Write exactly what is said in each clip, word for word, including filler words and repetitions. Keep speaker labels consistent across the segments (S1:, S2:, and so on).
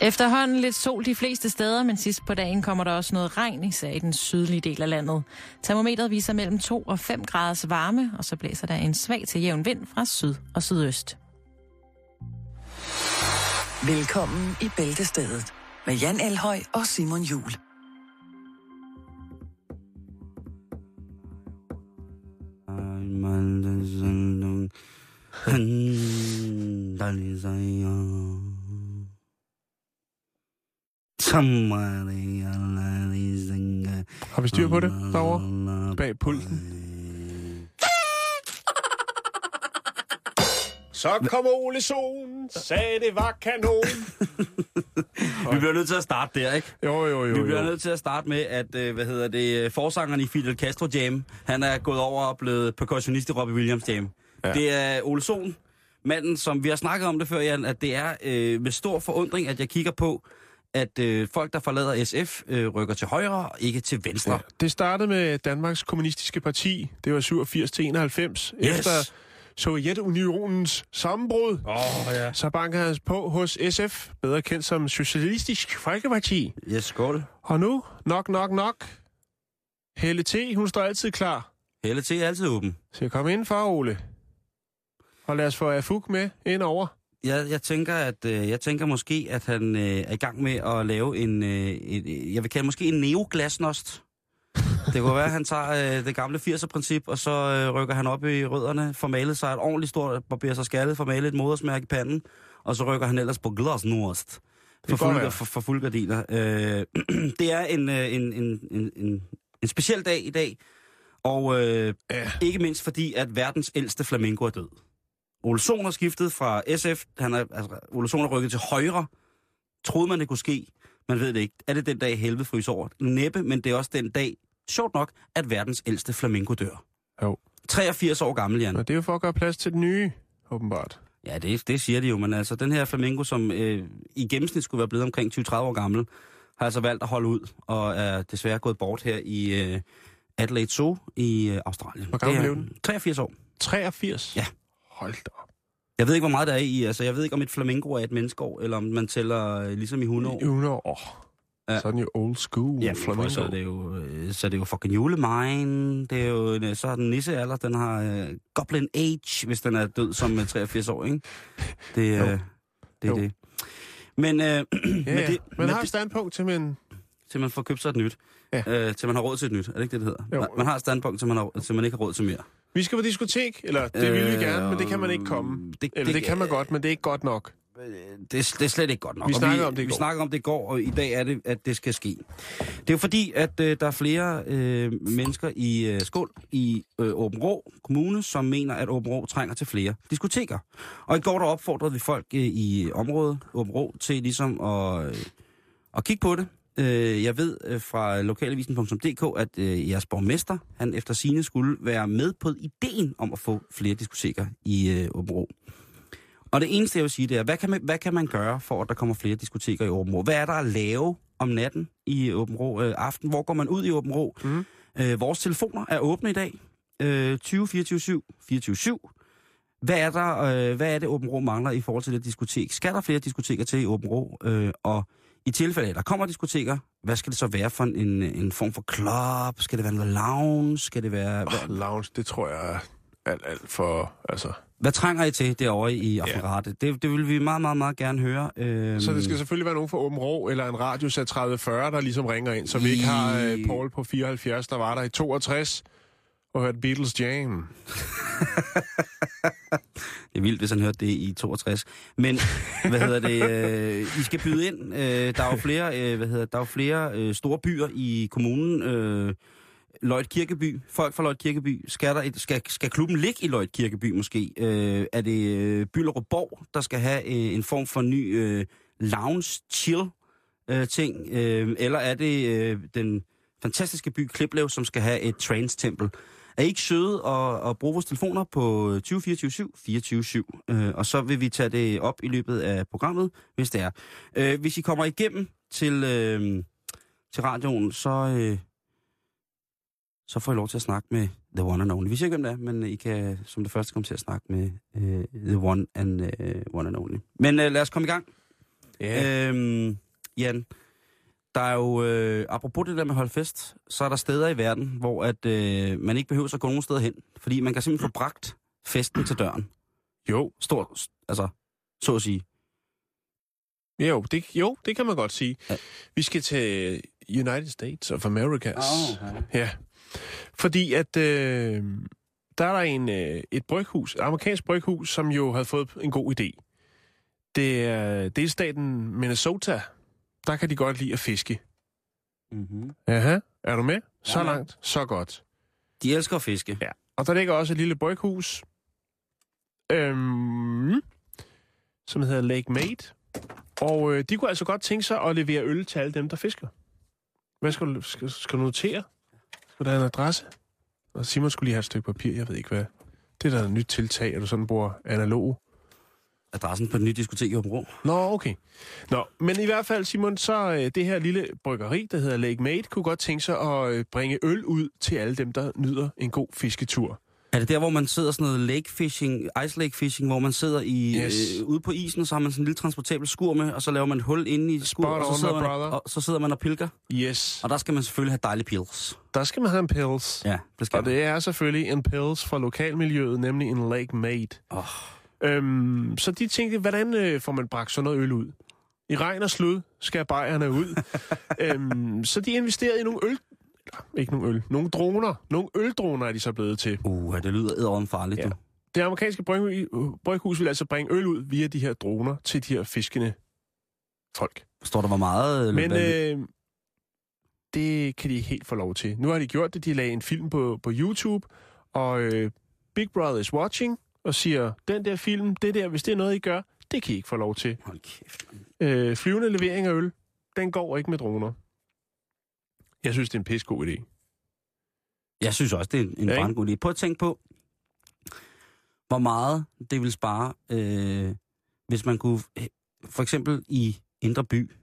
S1: Efterhånden lidt sol de fleste steder, men sidst på dagen kommer der også noget regn, især i den sydlige del af landet. Termometret viser mellem to og fem graders varme, og så blæser der en svag til jævn vind fra syd og sydøst.
S2: Velkommen i Bæltestedet med Jan Elhøj og Simon Juhl.
S3: Har vi styr på det derovre bag pulten? Så kom Ole Sohn, sagde det var kanon.
S4: Vi bliver nødt til at starte der, ikke?
S3: Jo, jo, jo.
S4: Vi bliver
S3: jo.
S4: nødt til at starte med, at, øh, hvad hedder det, forsangeren i Fidel Castro Jam, han er gået over og blevet percussionist i Robbie Williams Jam. Ja. Det er Ole Sohn, manden, som vi har snakket om det før, Jan, at det er øh, med stor forundring, at jeg kigger på, at øh, folk, der forlader S F, øh, rykker til højre og ikke til venstre. Ja,
S3: det startede med Danmarks Kommunistiske Parti. Det var syvogfirs til enoghalvfems. Yes. Efter Sovjetunionens sammenbrud,
S4: oh, ja.
S3: så bankede han på hos S F, bedre kendt som Socialistisk Folkeparti.
S4: Yes, skål.
S3: Og nu, nok, nok, nok. Helle T, hun står altid klar.
S4: Helle T er altid åben.
S3: Så kom ind for, Ole. Og lad os få Afuk med ind over.
S4: Jeg, jeg tænker, at øh, jeg tænker måske, at han øh, er i gang med at lave en, øh, et, jeg vil kalde måske en neoglasnost. Det kunne være, at han tager øh, det gamle firser-princip, og så øh, rykker han op i rødderne, får malet sig et ordentligt stort, barberer sig skaldet, får malet et modersmærke i panden, og så rykker han ellers på glasnost for, fuld, for, for fuld gardiner. Øh, det er en, en, en, en, en, en speciel dag i dag, og øh, ja. Ikke mindst fordi, at verdens ældste flamingo er død. Ole Sohn har skiftet fra S F, han er, altså, Ole Sohn er rykket til højre. Troede man, det kunne ske? Man ved det ikke. Er det den dag, helvede fryser over? Næppe, men det er også den dag, sjovt nok, at verdens ældste flamingo dør.
S3: Jo.
S4: treogfirs år gammel, Jan.
S3: Og det er jo for at gøre plads til den nye, åbenbart.
S4: Ja, det, det siger de jo, men altså, den her flamingo, som øh, i gennemsnit skulle være blevet omkring tyve til tredive år gammel, har altså valgt at holde ud, og er desværre gået bort her i øh, Adelaide Zoo i øh, Australien.
S3: Hvor gammel blev den?
S4: treogfirs år.
S3: treogfirs?
S4: Ja.
S3: Hold da op.
S4: Jeg ved ikke, hvor meget der er i. Altså, jeg ved ikke, om et flamingo er et menneskeår, eller om man tæller øh, ligesom i hundrede år.
S3: I hundrede år. Ja. Så er den jo old school.
S4: Ja, flamingo. Så er det jo, så er det jo fucking julemine. Det er jo, så er den nissealder, den har uh, goblin age, hvis den er død som treogfirs år, ikke? Det, uh, det er det. Men, uh, ja,
S3: men
S4: ja. det...
S3: Man har et standpunkt til, man...
S4: til man får købt sig et nyt. Ja. Uh, til man har råd til et nyt. Er det ikke det, det hedder?
S3: Jo.
S4: Man, man har et standpunkt, til man, har, til man ikke har råd til mere.
S3: Vi skal på diskotek, eller det vil vi gerne, men det kan man ikke komme. Det, eller det, det kan man godt, men det er ikke godt nok.
S4: Det er, det er slet ikke godt nok.
S3: Vi snakker
S4: vi,
S3: om det i går.
S4: Vi snakker om det i går, og i dag er det, at det skal ske. Det er jo fordi, at øh, der er flere øh, mennesker i øh, Skål i øh, Aabenraa Kommune, som mener, at Aabenraa trænger til flere diskoteker. Og i går der opfordrede vi folk øh, i området Aabenraa til ligesom at, øh, at kigge på det. Øh, jeg ved øh, fra lokalavisen punktum d k, at øh, jeres borgmester, han efter sigende skulle være med på ideen om at få flere diskoteker i øh, Aabenraa. Og det eneste, jeg vil sige, det er, hvad kan, man, hvad kan man gøre for, at der kommer flere diskoteker i Aabenraa? Hvad er der at lave om natten i Aabenraa øh, aften? Hvor går man ud i Aabenraa? Mm. Øh, vores telefoner er åbne i dag. Øh, tyve fireogtyve syv fireogtyve syv. Hvad er, der, øh, hvad er det, Aabenraa mangler i forhold til det diskotek? Skal der flere diskoteker til i Aabenraa? Øh, og i tilfælde af, der kommer diskoteker, hvad skal det så være for en, en form for club? Skal det være noget lounge? Skal det være...
S3: Oh, lounge, det tror jeg er alt, alt for... Altså...
S4: Hvad trænger I til derovre i Aftenrate? Ja. Det, det vil vi meget, meget, meget gerne høre. Øhm...
S3: Så det skal selvfølgelig være nogen fra Aabenraa, eller en radius tredive fyrre, der ligesom ringer ind, så vi ikke har uh, Paul på fireoghalvfjerds, der var der i toogtres, og hørte Beatles Jam.
S4: Det er vildt, hvis han hørte det i toogtres. Men, hvad hedder det, øh, I skal byde ind. Øh, der er jo flere, øh, hvad hedder, der er jo flere øh, store byer i kommunen. Øh, Løjt Kirkeby, folk fra Løjt Kirkeby. Skal, der et, skal, skal klubben ligge i Løjt Kirkeby måske? Øh, er det øh, Bylderup-Borg, der skal have øh, en form for ny øh, lounge-chill-ting? Øh, øh, eller er det øh, den fantastiske by Kliplev, som skal have et trance-tempel? Er I ikke søde og, og bruge vores telefoner på tyve fireogtyve syv fireogtyve syv? Øh, og så vil vi tage det op i løbet af programmet, hvis det er. Øh, hvis I kommer igennem til, øh, til radioen, så... Øh, så får I lov til at snakke med The One and Only. Vi siger ikke, hvem det er, men I kan som det første komme til at snakke med uh, The One and uh, One and Only. Men uh, lad os komme i gang.
S3: Ja.
S4: Øhm, Jan, der er jo, øh, apropos det der med at holde fest, så er der steder i verden, hvor at, øh, man ikke behøver at gå nogen steder hen. Fordi man kan simpelthen få bragt festen til døren.
S3: Jo.
S4: Stort, altså, så at sige.
S3: Jo, det, jo, det kan man godt sige.
S4: Ja.
S3: Vi skal til United States of America.
S4: Oh, okay.
S3: Ja. Fordi at øh, der er der en, øh, et bryghus, et amerikansk bryghus, som jo havde fået en god idé. Det er delstaten Minnesota. Der kan de godt lide at fiske.
S4: Mm-hmm.
S3: Aha. Er du med? Så
S4: Ja, ja.
S3: langt, så godt.
S4: De elsker at fiske.
S3: Ja. Og der ligger også et lille bryghus, øhm, som hedder Lake Made. Og øh, de kunne altså godt tænke sig at levere øl til alle dem, der fisker. Hvad skal du, skal, skal du notere? Skal der have en adresse? Og Simon skulle lige have et stykke papir, jeg ved ikke hvad. Det er da et nyt tiltag, at du sådan bruger analog.
S4: Adressen på et nyt diskotek i Åbenrå.
S3: Nå, okay. Nå, men i hvert fald, Simon, så øh, det her lille bryggeri, der hedder Lake Made, kunne godt tænke sig at øh, bringe øl ud til alle dem, der nyder en god fisketur.
S4: Er det der, hvor man sidder sådan noget lake fishing, ice lake fishing, hvor man sidder i,
S3: Yes.
S4: øh, ude på isen, og så har man sådan en lille transportabel skur med, og så laver man et hul inde i skur,
S3: Spot
S4: og så,
S3: on,
S4: sidder
S3: my
S4: man,
S3: brother.
S4: og så sidder man og pilker.
S3: Yes.
S4: Og der skal man selvfølgelig have dejlige pils.
S3: Der skal man have en pils.
S4: Ja, det skal
S3: Og det er selvfølgelig en pils fra lokalmiljøet, nemlig en Lake Made.
S4: Oh.
S3: Øhm, så de tænkte, hvordan øh, får man bragt sådan noget øl ud? I regn og slud skal bajerne ud. øhm, så de investerede i nogle øl... Ikke nogle øl. Nogle droner. Nogle øldroner er de så blevet til.
S4: Uh, det lyder edderom farligt,
S3: Ja.
S4: du.
S3: Det amerikanske bryg- bryghus vil altså bringe øl ud via de her droner til de her fiskende folk.
S4: Står der hvor meget?
S3: Men
S4: hvad-
S3: øh, det kan de ikke helt få lov til. Nu har de gjort det. De lagde en film på, på YouTube, og øh, Big Brother is watching, og siger, den der film, det der, hvis det er noget, I gør, det kan I ikke få lov til.
S4: Hold kæft, man.
S3: Øh, flyvende levering af øl, den går ikke med droner. Jeg synes, det er en pissegod idé.
S4: Jeg synes også, det er en, en
S3: Ja, ikke?
S4: brandgod idé. Prøv at tænke på, hvor meget det ville spare, øh, hvis man kunne, øh, for eksempel i Indre By,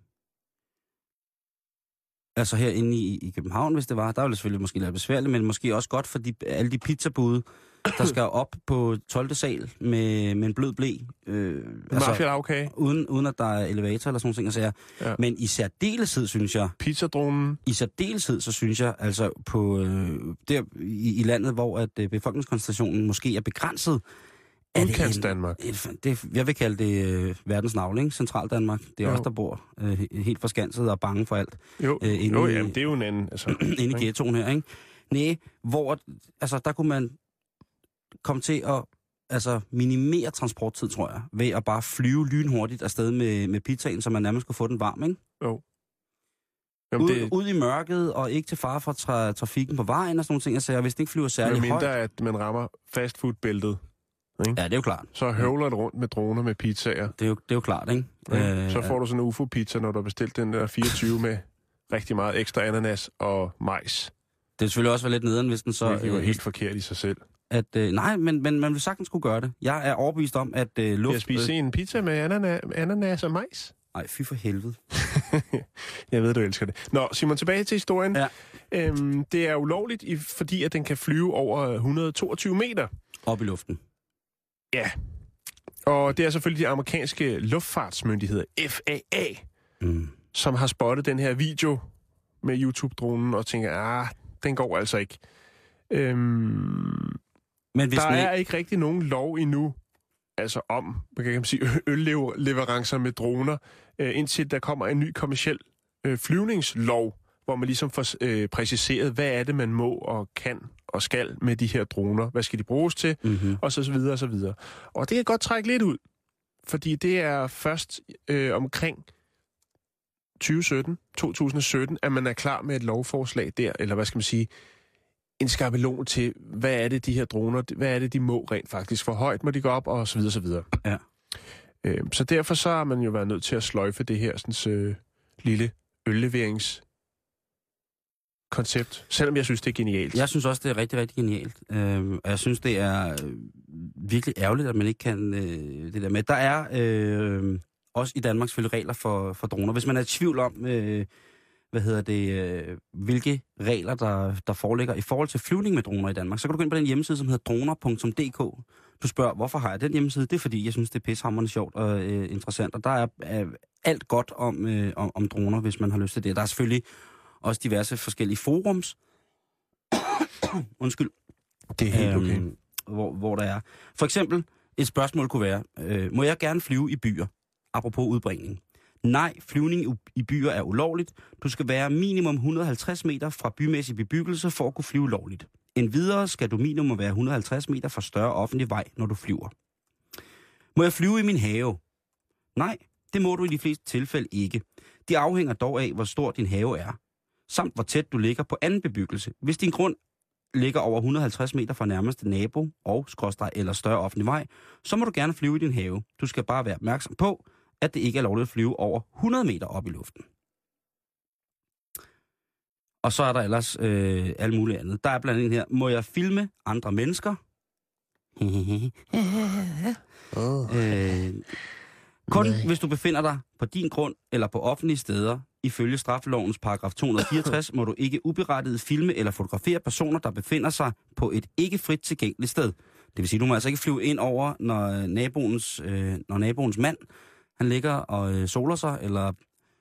S4: altså herinde i, i København, hvis det var, der ville det selvfølgelig måske lidt besværligt, men måske også godt for de, alle de pizzabude, der skal op på tolvte sal med, med en blød blæ. Øh,
S3: Altså, Mafia-lavkage,
S4: uden, uden at der er elevator eller sådan nogle ting. Altså,
S3: Ja.
S4: men i særdeleshed, synes jeg,
S3: pizzadronen.
S4: i særdeleshed, så synes jeg, altså på øh, der i, i landet, hvor at øh, befolkningskoncentrationen måske er begrænset, er det
S3: Udkants
S4: en-
S3: Danmark.
S4: et, det, jeg vil kalde det øh, verdens navle, ikke? Central Danmark. Det er
S3: Jo.
S4: os, der bor øh, helt forskanset og bange for alt.
S3: Jo,
S4: Øh, inde
S3: jo
S4: i-
S3: jamen, det er jo en anden. Altså,
S4: Inde i ghettoen her, ikke? Næh, hvor, altså, der kunne man komme til at altså, minimere transporttid, tror jeg, ved at bare flyve lynhurtigt afsted med, med pizzaen, så man nærmest kunne få den varm, ikke?
S3: jo. Jamen,
S4: Ud,
S3: det,
S4: ud i mørket, og ikke til fare for tra- trafikken på vejen og sådan nogle ting. Altså, hvis den ikke flyver
S3: med
S4: særlig
S3: mindre,
S4: højt.
S3: at man rammer fastfood-bæltet,
S4: Ja, det er jo klart.
S3: så høvler det rundt med droner med pizzaer.
S4: Det er jo, det er jo klart, ikke?
S3: Øh, så får du sådan en U F O-pizza, når du har bestilt den der fireogtyve med rigtig meget ekstra ananas og majs.
S4: Det er selvfølgelig også være lidt nederen, hvis den så...
S3: Så, det var
S4: øh,
S3: helt forkert i sig selv.
S4: at, øh, nej, men, men man vil sagtens kunne gøre det. Jeg er overbevist om, at øh, luft...
S3: Jeg spiser en pizza med ananas, ananas og majs.
S4: Nej, fy for helvede.
S3: Jeg ved, du elsker det. Nå, Simon, tilbage til historien.
S4: Ja.
S3: Øhm, det er ulovligt, i- fordi at den kan flyve over et hundrede og toogtyve meter.
S4: Op i luften.
S3: Ja. Og det er selvfølgelig de amerikanske luftfartsmyndigheder, F A A,
S4: Mm.
S3: som har spottet den her video med YouTube-dronen og tænker, ah, den går altså ikke. Øhm,
S4: Men hvis
S3: der
S4: den
S3: er
S4: ikke...
S3: ikke rigtig nogen lov endnu, altså om, hvad kan man sige, ølleverancer med droner, øh, indtil der kommer en ny kommerciel øh, flyvningslov, hvor man ligesom får øh, præciseret, hvad er det, man må og kan og skal med de her droner. Hvad skal de bruges til?
S4: Mm-hmm.
S3: Og så, så videre, og så videre. Og det kan godt trække lidt ud, fordi det er først øh, omkring tyve sytten, to tusind sytten, at man er klar med et lovforslag der, eller hvad skal man sige, en skabelon til, hvad er det, de her droner, hvad er det, de må rent faktisk, hvor højt må de gå op, og så videre, så videre.
S4: Ja.
S3: Øh, så derfor så har man jo været nødt til at sløjfe det her sådan, øh, lille ølleverings koncept, selvom jeg synes, det er genialt.
S4: Jeg synes også, det er rigtig, rigtig genialt. Øh, og jeg synes, det er øh, virkelig ærgerligt, at man ikke kan øh, det der med. Der er øh, også i Danmark selvfølgelig regler for, for droner. Hvis man er i tvivl om, øh, hvad hedder det, øh, hvilke regler, der, der foreligger i forhold til flyvning med droner i Danmark, så kan du gå ind på den hjemmeside, som hedder droner punktum d k. Du spørger, hvorfor har jeg den hjemmeside? Det er fordi, jeg synes, det er pissehammerende sjovt og øh, interessant. Og der er øh, alt godt om, øh, om, om droner, hvis man har lyst til det. Der er selvfølgelig også diverse forskellige forums. Undskyld.
S3: Det er helt okay.
S4: Øhm, hvor, hvor der er. For eksempel, et spørgsmål kunne være, øh, må jeg gerne flyve i byer? Apropos udbringning. Nej, flyvning i byer er ulovligt. Du skal være minimum et hundrede og halvtreds meter fra bymæssig bebyggelse for at kunne flyve lovligt. Endvidere skal du minimum være et hundrede og halvtreds meter fra større offentlig vej, når du flyver. Må jeg flyve i min have? Nej, det må du i de fleste tilfælde ikke. Det afhænger dog af, hvor stor din have er, samt hvor tæt du ligger på anden bebyggelse. Hvis din grund ligger over et hundrede og halvtreds meter fra nærmeste nabo og skråstreg eller større offentlig vej, så må du gerne flyve i din have. Du skal bare være opmærksom på, at det ikke er lovligt at flyve over hundrede meter op i luften. Og så er der ellers øh, alt muligt andet. Der er blandt andet her, må jeg filme andre mennesker?
S3: Oh.
S4: øh, kun
S3: Nej.
S4: hvis du befinder dig på din grund eller på offentlige steder, ifølge straffelovens paragraf to hundrede og fireogtres, må du ikke uberettiget filme eller fotografere personer, der befinder sig på et ikke frit tilgængeligt sted. Det vil sige, du må altså ikke flyve ind over, når naboens, øh, når naboens mand, han ligger og øh, soler sig, eller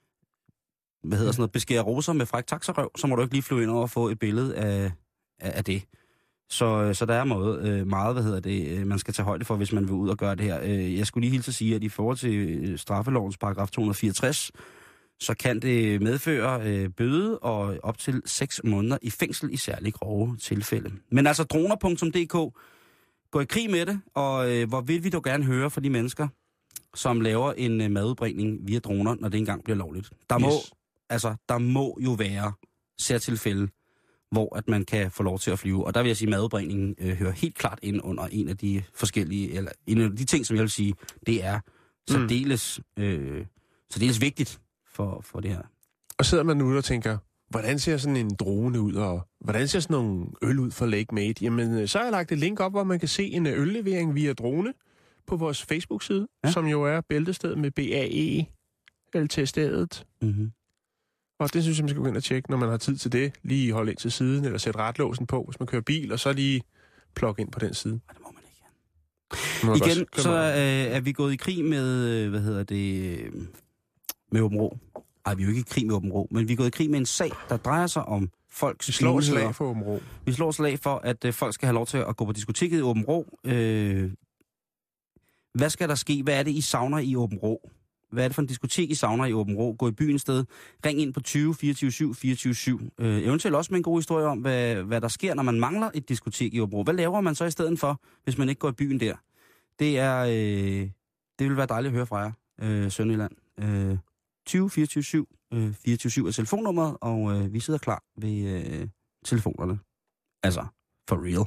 S4: hvad hedder sådan noget, beskærer roser med fræk taxarøv, så må du ikke lige flyve ind over og få et billede af, af, af det. Så, så der er meget, øh, meget, hvad hedder det, man skal tage højde for, hvis man vil ud og gøre det her. Jeg skulle lige hilse at sige, at i forhold til straffelovens paragraf to hundrede og fireogtres, så kan det medføre øh, bøde og op til seks måneder i fængsel i særlig grove tilfælde. Men altså droner punktum d k, gå i krig med det, og øh, hvor vil vi dog gerne høre fra de mennesker, som laver en øh, madudbringning via droner, når det engang bliver lovligt. Der må, yes. altså, der må jo være særtilfælde, hvor at man kan få lov til at flyve. Og der vil jeg sige, at madudbringningen øh, hører helt klart ind under en af de forskellige, eller en af de ting, som jeg vil sige, det er særdeles, mm. øh, særdeles vigtigt for, for det her.
S3: Og sidder man nu og tænker, hvordan ser sådan en drone ud, og hvordan ser sådan nogle øl ud for Lake Made? Jamen, så har jeg lagt et link op, hvor man kan se en øllevering via drone på vores Facebook-side, ja. Som jo er Bæltestedet med B A E L T stedet.
S4: Mm-hmm.
S3: Og det synes jeg, man skal gå ind og tjekke, når man har tid til det. Lige holde ind til siden, eller sætte retlåsen på, hvis man kører bil, og så lige plukke ind på den side.
S4: Det må man ikke. Man Igen, godt, så øh, er vi gået i krig med, hvad hedder det, med Åben Rå. Ej, vi er jo ikke i krig med Åben Rå, men vi er gået i krig med en sag, der drejer sig om folks...
S3: Vi slår slag for Åben Rå.
S4: Vi slår slag for, at øh, folk skal have lov til at gå på diskoteket i Åben Rå. Øh, hvad skal der ske? Hvad er det, I savner i Åben Rå? Hvad er det for en diskotek, I savner i Åben Rå? Gå i byen sted. Ring ind på tyve fireogtyve syv fireogtyve syv. Øh, eventuelt også med en god historie om, hvad, hvad der sker, når man mangler et diskotek i Åben Rå. Hvad laver man så i stedet for, hvis man ikke går i byen der? Det er... Øh, det vil være dejligt at høre fra jer, øh, Sønderjylland. Øh, tyve fireogtyve syv øh, fireogtyve syv er telefonnummeret, og øh, vi sidder klar ved øh, telefonerne. Altså, for real.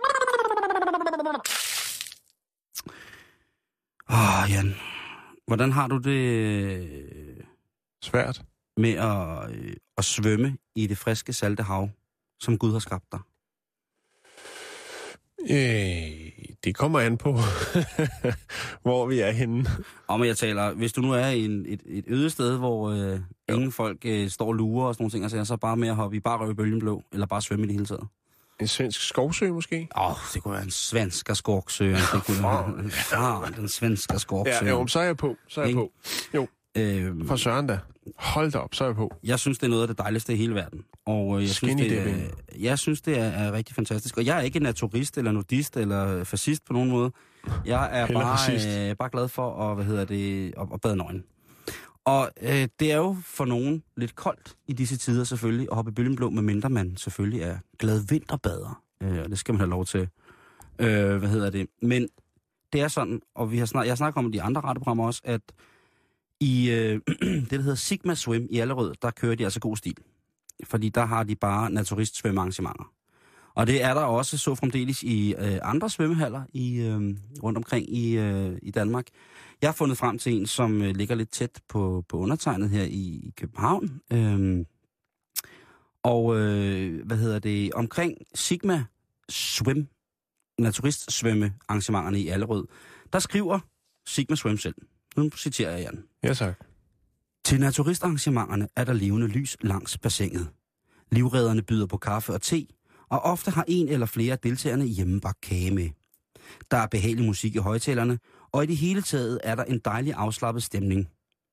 S4: Åh, oh, Jan. Hvordan har du det
S3: svært
S4: med at, øh, at svømme i det friske, salte hav, som Gud har skabt dig?
S3: Øh, det kommer an på, hvor vi er henne.
S4: Og jeg taler, hvis du nu er i en, et, et øde sted, hvor øh, ingen folk øh, står og lurer og sådan nogle ting, altså, så bare med at hoppe i bare røve bølgen blå, eller bare svømme i det hele taget.
S3: En svensk skovsø måske?
S4: Åh, oh, det kunne være en svensk skovsø. Det kunne være, ja, den svenske skovsø.
S3: Ja, jo, så er jeg på. Så er jeg på. Jo. Øhm, For søren da. Hold da op, så er jeg på.
S4: Jeg synes, det er noget af det dejligste i hele verden. Og jeg synes, det, er, jeg synes, det er, er rigtig fantastisk. Og jeg er ikke en naturist, eller nudist, eller fascist på nogen måde. Jeg er bare, øh, bare glad for at, hvad hedder det, at, at bade nøgen. Og øh, det er jo for nogen lidt koldt i disse tider selvfølgelig, at hoppe i bølgen blå, medmindre man selvfølgelig er glad vinterbader. Øh, og det skal man have lov til. Øh, hvad hedder det? Men det er sådan, og vi har snak, jeg har snakket om de andre radioprogrammer også, at i øh, det, der hedder Sigma Swim i Allerød, der kører de altså god stil. Fordi der har de bare naturistsvømmearrangementer. Og det er der også så fremdeles i øh, andre svømmehaller i, øh, rundt omkring i, øh, i Danmark. Jeg har fundet frem til en, som øh, ligger lidt tæt på, på undertegnet her i, i København. Øhm, og øh, hvad hedder det? Omkring Sigma Swim, naturistsvømmearrangementerne i Allerød, der skriver Sigma Swim selv. Nu citerer jeg, Jan.
S3: Ja, tak.
S4: Til naturistarrangementerne er der levende lys langs bassinet. Livredderne byder på kaffe og te, og ofte har en eller flere af deltagerne hjemmebagt kage med. Der er behagelig musik i højtalerne, og i det hele taget er der en dejlig afslappet stemning.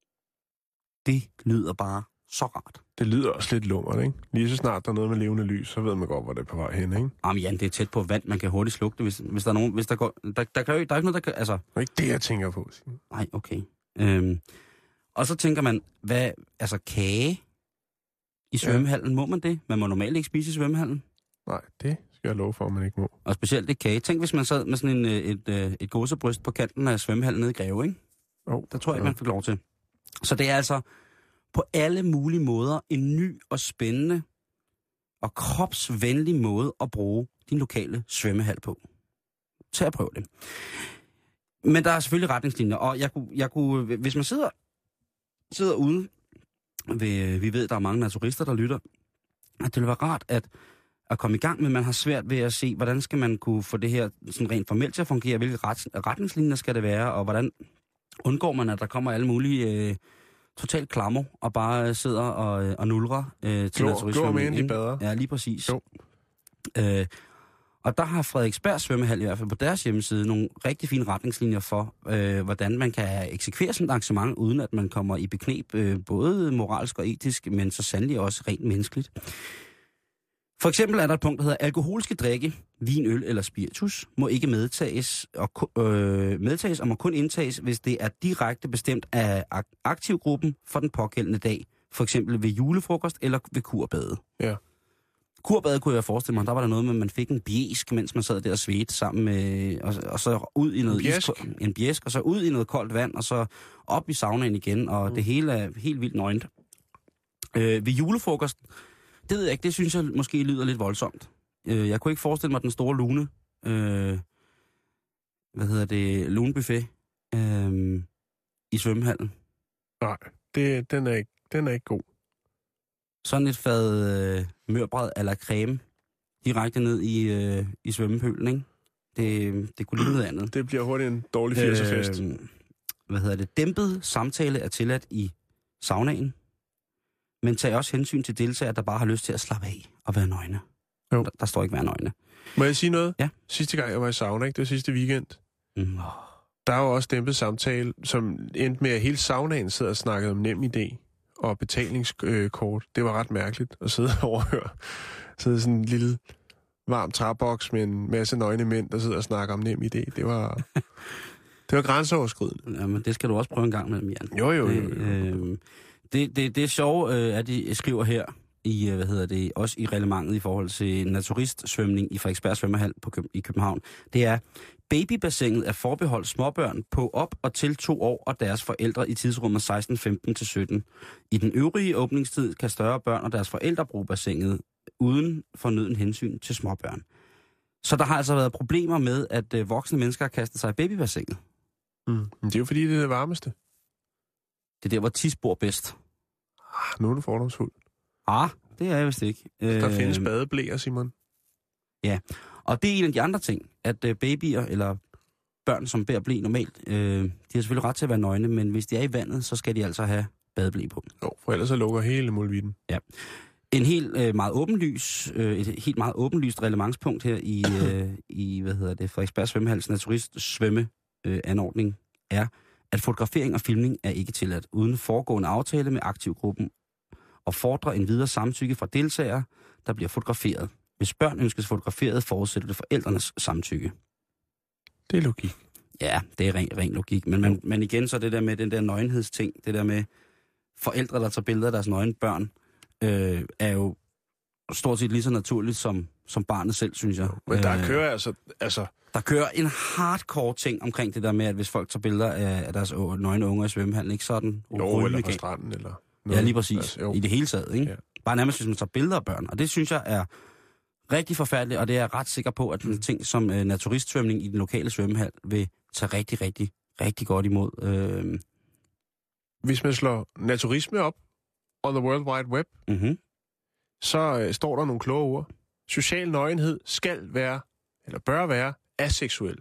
S4: Det lyder bare så rart.
S3: Det lyder også lidt lummert, ikke? Lige så snart der er noget med levende lys, så ved man godt, hvor det er på vej hen, ikke?
S4: Jamen Jan, det er tæt på vand, man kan hurtigt slukke det, hvis, hvis der er nogen... Hvis der, går, der, der, kan jo, der er ikke noget, der kan... Altså...
S3: Det er ikke det, jeg tænker på.
S4: Nej, okay. Øhm, og så tænker man, hvad... Altså kage i svømmehallen, ja. Må man det? Man må normalt ikke spise i svømmehallen.
S3: Nej, det skal jeg love for, at man ikke må.
S4: Og specielt det kage. Tænk, hvis man sad med sådan en, et, et, et gåsebryst på kanten af svømmehallen nede i Greve, ikke?
S3: Oh,
S4: der tror jeg
S3: ja.
S4: ikke, man fik lov til. Så det er altså på alle mulige måder en ny og spændende og kropsvenlig måde at bruge din lokale svømmehal på. Tag at prøve det. Men der er selvfølgelig retningslinjer, og jeg kunne, jeg kunne hvis man sidder, sidder ude, ved, vi ved, der er mange naturister, der lytter, at det ville være rart at, at komme i gang, men man har svært ved at se, hvordan skal man kunne få det her sådan rent formelt til at fungere, hvilke ret, retningslinjer skal det være, og hvordan undgår man, at der kommer alle mulige øh, totalt klammer og bare sidder og, og nulrer øh, til naturisme.
S3: Glor med ind i bader.
S4: Ja, lige præcis.
S3: Jo.
S4: Øh, og der har Frederiksberg Svømmehal i hvert fald på deres hjemmeside nogle rigtig fine retningslinjer for, øh, hvordan man kan eksekvere sådan et arrangement, uden at man kommer i bekneb, øh, både moralsk og etisk, men så sandelig også rent menneskeligt. For eksempel er der et punkt, der hedder, alkoholiske drikke, vin, øl eller spiritus, må ikke medtages og, øh, medtages og må kun indtages, hvis det er direkte bestemt af aktivgruppen for den pågældende dag. For eksempel ved julefrokost eller ved kurbade.
S3: Ja.
S4: Kurbade kunne jeg forestille mig, der var der noget med, at man fik en bjæsk, mens man sad der og svedte sammen med, og, og så ud i noget
S3: en bjæsk.
S4: Isko, en bjæsk, og så ud i noget koldt vand, og så op i saunaen igen, og mm. det hele er helt vildt nøgent. Øh, ved julefrokost, det ved jeg ikke, det synes jeg måske lyder lidt voldsomt. Øh, jeg kunne ikke forestille mig den store lune, øh, hvad hedder det, lunebuffet øh, i svømmehallen.
S3: Nej, det, den, er ikke, den er ikke god.
S4: Sådan et fad øh, mørbræd eller creme direkte ned i, øh, i svømmepølen, ikke? Det, det kunne lide noget andet.
S3: Det bliver hurtigt en dårlig firserfest.
S4: Øh, hvad hedder det? Dæmpet samtale er tilladt i saunaen, men tag også hensyn til deltagere, der bare har lyst til at slappe af og være nøgne.
S3: Jo.
S4: Der, der står ikke være nøgne.
S3: Må jeg sige noget?
S4: Ja.
S3: Sidste gang, jeg var i sauna, ikke? Det var sidste weekend.
S4: Mm.
S3: Der var også dæmpet samtale, som endte med, at hele saunaen sidder og snakkede om NemID og betalingskort. Det var ret mærkeligt at sidde og overhøre. Sidde sådan en lille varm træboks med en masse nøgne mænd, der sidder og snakker om NemID. Det var, det var grænseoverskridende.
S4: Jamen, det skal du også prøve en gang med, Jan.
S3: Jo, jo, jo. jo.
S4: Øh, det, det, det er sjovt, øh, at de skriver her, i, hvad hedder det, også i reglementet i forhold til naturistsvømning i Frederiksberg Svømmehal på Køb- i København. Det er, babybassinet er forbeholdt småbørn på op og til to år og deres forældre i tidsrummet seksten femten til sytten. I den øvrige åbningstid kan større børn og deres forældre bruge bassinet uden fornøden hensyn til småbørn. Så der har altså været problemer med, at øh, voksne mennesker har kastet sig i babybassinet.
S3: Mm. Men det er jo fordi, det er det varmeste.
S4: Det er der, hvor tis bor bedst.
S3: Ah, nu er du fordomsfuld.
S4: Ah, det er jeg vist ikke.
S3: Der
S4: øh,
S3: findes badeblæer, Simon.
S4: Ja, og det er en af de andre ting, at øh, babyer eller børn, som bærer ble normalt, øh, de har selvfølgelig ret til at være nøgne, men hvis de er i vandet, så skal de altså have badeblæ på.
S3: Jo, for ellers så lukker hele muldvitten.
S4: Ja. En helt øh, meget åbenlys, øh, et helt meget åbenlyst relevancpunkt her i, øh, i hvad hedder det, Frederiksberg Svømmehals naturist svømme øh, anordning er, at fotografering og filmning er ikke tilladt uden foregående aftale med aktivgruppen og fordrer en videre samtykke fra deltagere, der bliver fotograferet. Hvis børn ønskes fotograferet, forudsætter det forældrenes samtykke.
S3: Det er logik.
S4: Ja, det er ren, ren logik. Men, men, men igen så det der med den der nøgenhedsting, det der med forældre, der tager billeder af deres nøgne børn, øh, er jo stort set lige så naturligt som, som barnet selv, synes jeg.
S3: Men der
S4: øh,
S3: kører altså... altså
S4: Der kører en hardcore ting omkring det der med, at hvis folk tager billeder af, af deres nøgne unger i svømmehallen, ikke sådan?
S3: Jo, eller på stranden, eller...
S4: Noget. Ja, lige præcis.
S3: Altså,
S4: I det hele taget, ikke? Ja. Bare nærmest, hvis man tager billeder af børn. Og det synes jeg er rigtig forfærdeligt, og det er jeg ret sikker på, at en ting som uh, naturistsvømning i den lokale svømmehal vil tage rigtig, rigtig, rigtig godt imod. Uh...
S3: Hvis man slår naturisme op on the World Wide Web,
S4: mm-hmm.
S3: så uh, står der nogle kloge ord. Social nøgenhed skal være, eller bør være, aseksuel.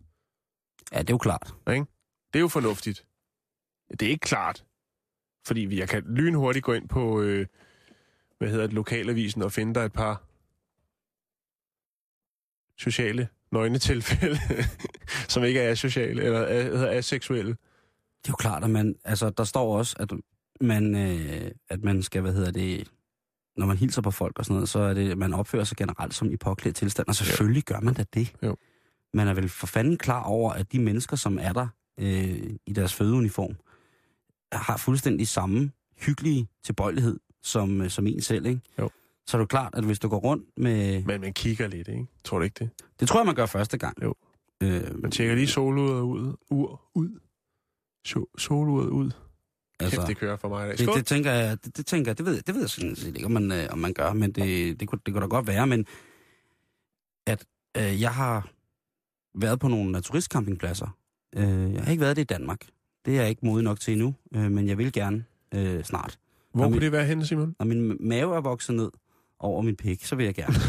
S4: Ja, det er jo klart.
S3: Ikke? Det er jo fornuftigt. Det er ikke klart. Fordi jeg kan lynhurtigt gå ind på, øh, hvad hedder det, lokalavisen og finde der et par sociale nøgne tilfælde, som ikke er asociale, eller hedder aseksuelle.
S4: Det er jo klart, at man, altså, der står også, at man, øh, at man skal, hvad hedder det, når man hilser på folk og sådan noget, så er det, man opfører sig generelt som i påklædt tilstand, og selvfølgelig ja. gør man da det.
S3: Jo.
S4: Man er vel for fanden klar over, at de mennesker, som er der øh, i deres fødeuniform, har fuldstændig samme hyggelige tilbøjelighed som, øh, som en selv, ikke?
S3: Jo.
S4: Så er det jo klart, at hvis du går rundt med...
S3: Men man kigger lidt, ikke? Tror du ikke det?
S4: Det tror jeg, man gør første gang.
S3: Jo.
S4: Øh,
S3: man tjekker lige soluret ud. Ur ud. So, soluret ud. Altså, Kæft, det kører for mig i dag.
S4: Det, det tænker jeg, det, det tænker jeg, det ved, det ved jeg sådan set ikke, om man, øh, om man gør, men det, det, kunne, det kunne da godt være, men at øh, jeg har været på nogle turistcampingpladser. Øh, jeg har ikke været det i Danmark. Det er jeg ikke modig nok til endnu, øh, men jeg vil gerne øh, snart.
S3: Hvor kunne det være henne, Simon?
S4: Når min mave er vokset ned over min pik, så vil jeg gerne.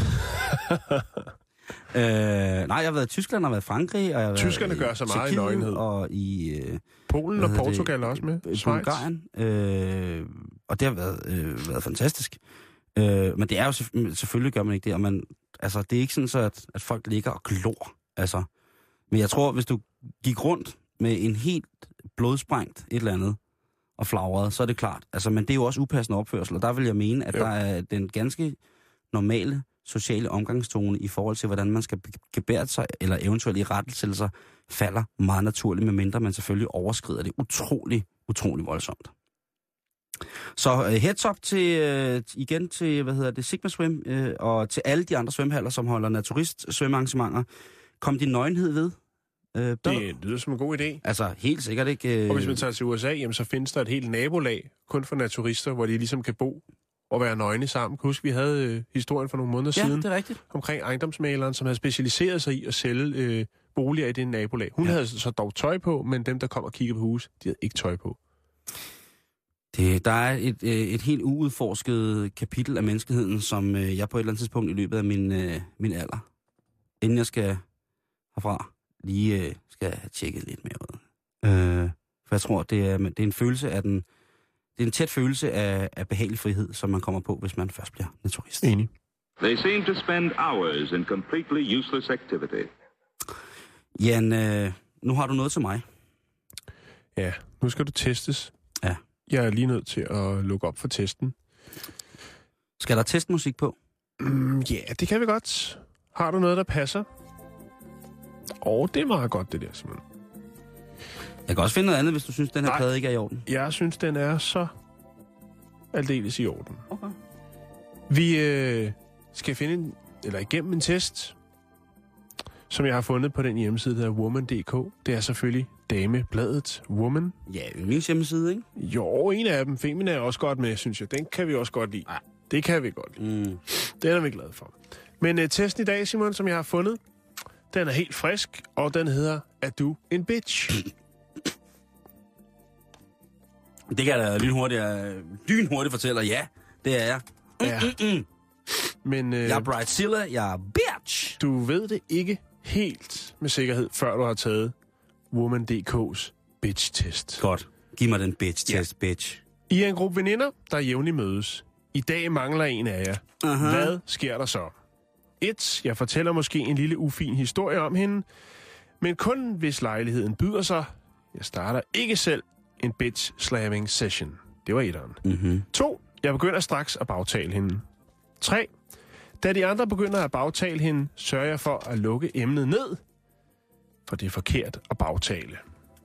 S4: øh, nej, jeg har været i Tyskland og været i Frankrig. Og jeg har
S3: Tyskerne gør så meget i nøgenhed.
S4: Og i... Øh,
S3: Polen og Portugal det, også med.
S4: Bulgarien. Øh, og det har været, øh, været fantastisk. Øh, men det er jo selvfølgelig gør man ikke det. Og man, altså, det er ikke sådan så, at, at folk ligger og glor. Altså, men jeg tror, hvis du gik rundt med en helt blodsprængt et eller andet, og flagret, så er det klart. Altså, men det er jo også upassende opførsel, og der vil jeg mene, at jo. der er den ganske normale sociale omgangstone i forhold til, hvordan man skal gebære sig, eller eventuelt i rettelsættelser, falder meget naturligt, medmindre man selvfølgelig overskrider det utrolig, utrolig voldsomt. Så uh, heads up til, uh, igen til, hvad hedder det, Sigma Swim, uh, og til alle de andre svømmehaller, som holder naturistsvømmearrangementer. Kom din nøgenhed ved? Uh,
S3: det lyder som en god idé.
S4: Altså, helt sikkert ikke. Uh...
S3: Og hvis man tager til U S A, jamen, så findes der et helt nabolag, kun for naturister, hvor de ligesom kan bo og være nøgne sammen. Kan huske, vi havde øh, historien for nogle måneder
S4: ja,
S3: siden
S4: det er rigtigt.
S3: Omkring ejendomsmaleren, som havde specialiseret sig i at sælge øh, boliger i det nabolag. Hun ja. havde så dog tøj på, men dem, der kom og kiggede på hus, de havde ikke tøj på.
S4: Det, der er et, et helt uudforsket kapitel af menneskeheden, som øh, jeg på et eller andet tidspunkt i løbet af min, øh, min alder, inden jeg skal herfra, lige øh, skal have tjekket lidt mere ud. Øh, for jeg tror, det er, det er en følelse af den... Det er en tæt følelse af, af behagelig frihed, som man kommer på, hvis man først bliver naturist.
S3: Enig.
S5: They seem to spend hours in completely useless activity.
S4: Jan, øh, nu har du noget til mig.
S3: Ja, nu skal du testes.
S4: Ja.
S3: Jeg er lige nødt til at lukke op for testen.
S4: Skal der testmusik på?
S3: Mm, ja, det kan vi godt. Har du noget, der passer? Åh, oh, det er meget godt, det der, Simon.
S4: Jeg kan også finde noget andet, hvis du synes, den her
S3: Nej,
S4: plade ikke er i orden.
S3: Jeg synes, den er så aldeles i orden.
S4: Okay.
S3: Vi øh, skal finde en, eller igennem en test, som jeg har fundet på den hjemmeside, der er woman punktum d k. Det er selvfølgelig damebladet Woman.
S4: Ja, yndlings hjemmeside, ikke?
S3: Jo, en af dem. Femina er også godt med, synes jeg. Den kan vi også godt lide. Ja. Det kan vi godt lide. Mm. Den er vi glade for. Men øh, testen i dag, Simon, som jeg har fundet, den er helt frisk, og den hedder, er du en bitch?
S4: Det kan jeg da lynhurtigt, lynhurtigt fortælle, ja, det er jeg.
S3: Ja.
S4: Mm-mm.
S3: Men, øh,
S4: jeg er Bridezilla, jeg er bitch.
S3: Du ved det ikke helt med sikkerhed, før du har taget woman punktum d k's bitch-test.
S4: Godt. Giv mig den bitch-test, ja. bitch.
S3: I er en gruppe veninder, der jævnligt mødes. I dag mangler en af jer. Uh-huh. Hvad sker der så? et. Jeg fortæller måske en lille ufin historie om hende, men kun hvis lejligheden byder sig. Jeg starter ikke selv en bitch-slamming session. Det var etteren.
S4: Mm-hmm.
S3: to. Jeg begynder straks at bagtale hende. tre. Da de andre begynder at bagtale hende, sørger jeg for at lukke emnet ned, for det er forkert at bagtale.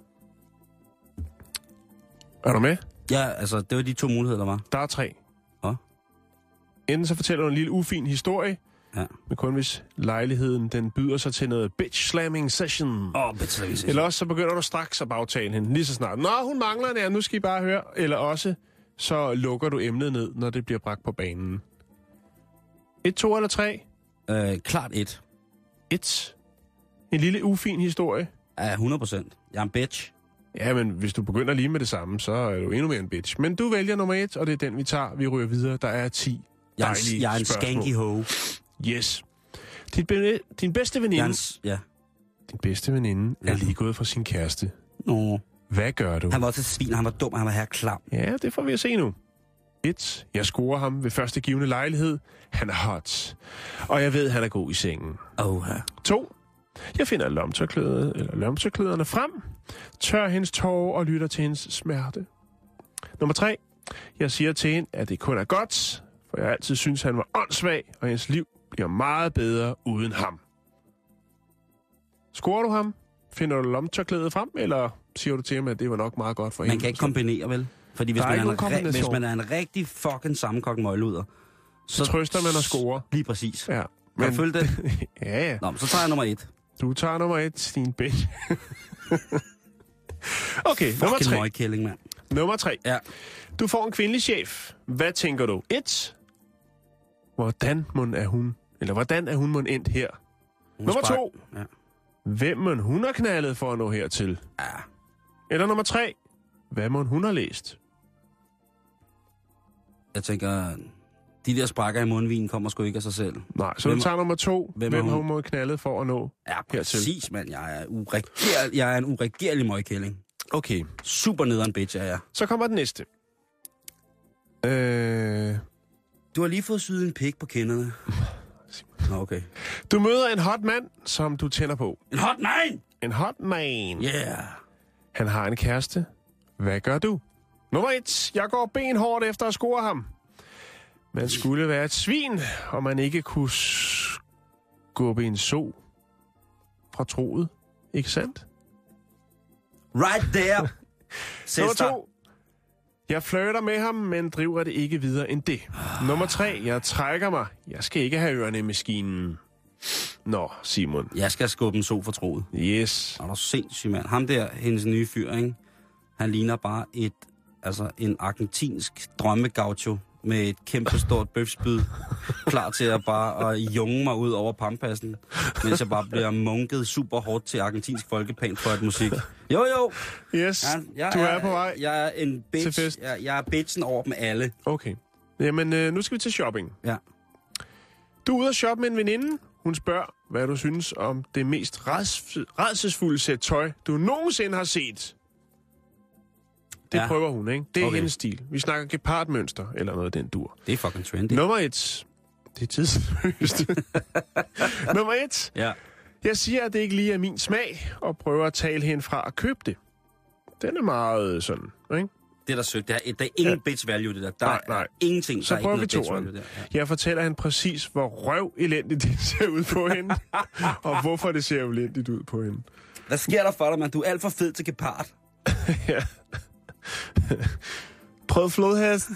S3: Er du med?
S4: Ja, altså, det var de to muligheder, der var.
S3: Der er tre.
S4: Hvad?
S3: Enten så fortæller du en lille ufin historie,
S4: ja.
S3: men kun hvis lejligheden den byder sig til noget bitch-slamming session.
S4: Åh, oh, bitch-slamming session.
S3: Eller også så begynder du straks at bagtale hende, lige så snart. Nå, hun mangler det, nu skal I bare høre. Eller også så lukker du emnet ned, når det bliver bragt på banen. Et, to eller tre?
S4: Øh, klart et.
S3: Et. En lille ufin historie.
S4: Ja, hundrede procent. Jeg er en bitch.
S3: Ja, men hvis du begynder lige med det samme, så er du endnu mere en bitch. Men du vælger nummer et, og det er den, vi tager. Vi ryger videre. Der er ti
S4: jeg er
S3: dejlige
S4: en, Jeg er en
S3: spørgsmål.
S4: skanky hoe.
S3: Yes. Din, be- din bedste veninde...
S4: Jans, ja.
S3: Din bedste veninde
S4: ja.
S3: er lige gået fra sin kæreste.
S4: Nå.
S3: Hvad gør du?
S4: Han var også et svin, han var dum, han var her klam.
S3: Ja, det får vi at se nu. et. Jeg scorer ham ved første givende lejlighed. Han er hot. Og jeg ved, han er god i sengen.
S4: Oha.
S3: to. Jeg finder lomtørklædet, eller lomtørklæderne frem, tør hendes tårer og lytter til hendes smerte. Nummer tre. Jeg siger til hende, at det kun er godt, for jeg altid synes, han var åndssvag, og hendes liv bliver meget bedre uden ham. Scorer du ham? Finder du lomtørklædet frem, eller siger du til ham, at det var nok meget godt for hende?
S4: Man kan ikke kombinere, vel? Fordi hvis, man er, en, re- hvis man er en rigtig fucking sammenkoggen møgluder,
S3: så, så trøster man at score.
S4: Lige præcis.
S3: Ja.
S4: Men... Kan du følge det?
S3: ja, ja.
S4: Nå, så tager jeg nummer et.
S3: Du tager nummer et, Stine Bitch. Okay, nummer tre.
S4: Møgkælling, mand.
S3: Nummer tre.
S4: Ja.
S3: Du får en kvindelig chef. Hvad tænker du? Et. Hvordan mon er hun? Eller hvordan er hun mon endt her? Hun nummer spark... to. Ja. Hvem mon hun har knaldet for at nå hertil?
S4: Ja.
S3: Eller nummer tre. Hvad mon hun har læst?
S4: Jeg tænker, de der sparker i mundvin kommer sgu ikke af sig selv.
S3: Nej, så hvem, du tager nummer to. Hvem, hvem har hun må knaldet for at nå
S4: ja,
S3: hertil?
S4: Præcis, mand. Jeg er, ureger... jeg er en uregerlig møgkælling.
S3: Okay.
S4: Super nederen bitch er jeg.
S3: Så kommer den næste. Øh...
S4: Du har lige fået syet en pik på kinderne. Nå, okay.
S3: Du møder en hot mand, som du tænder på.
S4: En hot man!
S3: En hot man.
S4: Yeah.
S3: Han har en kæreste. Hvad gør du? Nummer et. Jeg går benhårdt efter at score ham. Man skulle være et svin, og man ikke kunne skubbe en so fra troet. Ikke sandt?
S4: Right there.
S3: Nummer to. Jeg flirter med ham, men driver det ikke videre end det. Nummer tre. Jeg trækker mig. Jeg skal ikke have ørerne i maskinen. Nå, Simon.
S4: Jeg skal skubbe en so for troet.
S3: Yes.
S4: Og der er sindssygt, mand. Ham der, hendes nye fyr, ikke? Han ligner bare et, altså en argentinsk drømmegaucho med et kæmpe stort bøfspyd, klar til at bare at junge mig ud over pampassen, mens jeg bare bliver munket super hårdt til argentinsk folkepæn for et musik. Jo, jo.
S3: Yes,
S4: jeg, jeg
S3: du er,
S4: er
S3: på vej
S4: jeg er en bitch.
S3: til fest.
S4: Jeg, jeg er bitchen over dem alle.
S3: Okay. Jamen, øh, nu skal vi til shopping.
S4: Ja.
S3: Du er ude at shoppe med en veninde. Hun spørger, hvad du synes om det mest rædselsfulde sæt tøj, du nogensinde har set. Det ja. prøver hun, ikke? Det er okay. Hendes stil. Vi snakker gepardmønster, eller noget af den dur.
S4: Det er fucking trendy.
S3: Nummer et. Det er tidsløst. Nummer et.
S4: Ja.
S3: Jeg siger, at det ikke lige er min smag, og prøver at tale hende fra at købe det. Den er meget sådan, ikke?
S4: Det er da sødt. Der er, der er ingen ja. bitch value, det der. Der nej, nej. er ingenting,
S3: så
S4: der
S3: prøver
S4: er ikke
S3: vi
S4: noget bitch value, der.
S3: Ja. Jeg fortæller hende præcis, hvor røv elendigt det ser ud på hende, og hvorfor det ser elendigt ud på hende.
S4: Hvad sker der for dig, man? Du er alt for fed til gepard.
S3: Ja. Prøv flodhest.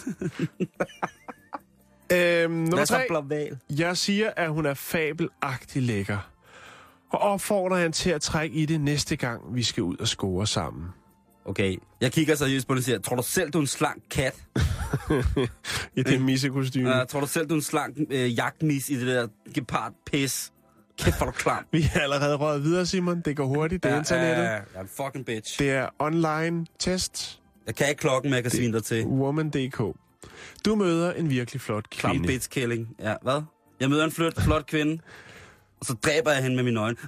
S3: øhm, nummer tre. Jeg siger, at hun er fabelagtig lækker. Og opfordrer han til at trække i det næste gang, vi skal ud og score sammen.
S4: Okay, jeg kigger seriøst på det og siger, tror du selv, du er en slank kat?
S3: I det missekostyme.
S4: Uh, tror du selv, du er en slank øh, jagtmis i det der gepard-pis? Kæft, hvor du klam.
S3: Vi er allerede røget videre, Simon. Det går hurtigt. Det er ja, internettet.
S4: Ja, jeg er en fucking bitch.
S3: Det er online test.
S4: Jeg kan ikke klokken, men jeg kan svine dig til.
S3: woman punktum d k. Du møder en virkelig flot kvinde.
S4: Klam bitch-killing. Ja, hvad? Jeg møder en flot, flot kvinde, og så dræber jeg hende med mine øjne.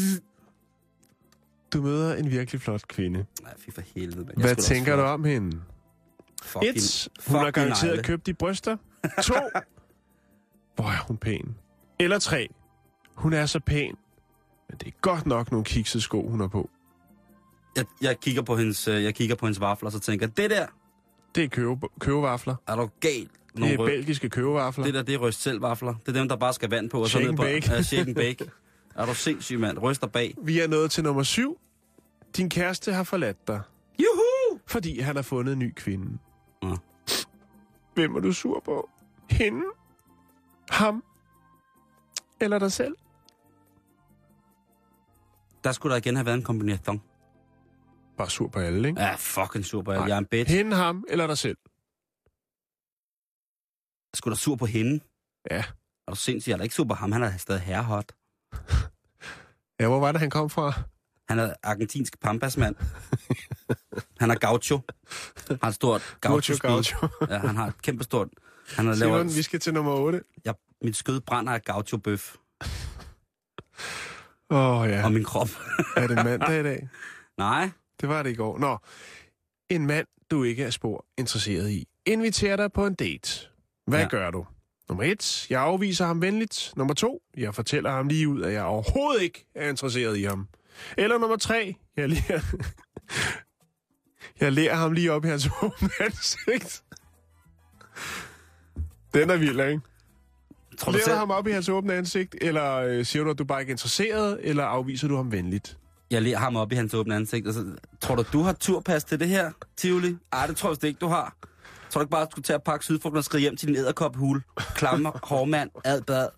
S3: Du møder en virkelig flot kvinde.
S4: Nej, fy for helvede. Man.
S3: Hvad tænker du om hende?
S4: Fucking,
S3: et. Hun har garanteret købt de bryster. To. Hvor er hun pæn. Eller tre. Hun er så pæn, men det er godt nok nogle kiksede sko, hun har på.
S4: Jeg, jeg, kigger på hendes, jeg kigger på hendes vafler, og så tænker det der...
S3: Det er køve, køvevafler.
S4: Er du galt?
S3: Det er rød... belgiske køvevafler.
S4: Det der, det er ryst selv vafler. Det er dem, der bare skal vand på. Og shake
S3: and bake.
S4: Ja, shake and bake. Er du sindssyg, mand? Ryster bag.
S3: Vi er nået til nummer syv. Din kæreste har forladt dig.
S4: Juhu!
S3: Fordi han har fundet en ny kvinde.
S4: Ja.
S3: Hvem er du sur på? Hende? Ham? Eller dig selv?
S4: Der skulle der igen have været en kombination.
S3: Bare sur på alle, ikke?
S4: Ja, fucking sur på alle. Jeg er en bitch.
S3: Hende, ham eller dig selv?
S4: Skulle der sur på hende?
S3: Ja.
S4: Er du sindssygt? Jeg er da ikke sur på ham. Han er stadig herrehot.
S3: Ja, hvor var det, han kom fra?
S4: Han er argentinsk pampasmand. Han er gaucho. Han har et stort gaucho
S3: gaucho.
S4: Ja, han har et kæmpe stort... Han har
S3: Simon,
S4: lavet...
S3: vi skal til nummer otte.
S4: Ja, mit skød brænder af gaucho-bøf.
S3: Åh, oh, ja.
S4: Og min krop.
S3: Er det mandag i dag?
S4: Nej.
S3: Det var det i går. Nå, en mand, du ikke er spor interesseret i, inviterer dig på en date. Hvad ja. gør du? Nummer et, jeg afviser ham venligt. Nummer to, jeg fortæller ham lige ud, at jeg overhovedet ikke er interesseret i ham. Eller nummer tre, jeg lærer, jeg lærer ham lige op i hans åbne ansigt. Den er vild, ikke? Tror du lærer selv... ham op i hans åbne ansigt, eller øh, siger du, at du bare ikke er interesseret, eller afviser du ham venligt?
S4: Jeg lærer ham op i hans åbne ansigt. Altså, tror du, du har turpas til det her, Tivoli? Ej, det tror jeg ikke, du har. Tror du ikke bare, at du skulle tage at pakke Sydfrugten og skride hjem til din edderkophul? Klammer, hårmand, adbad.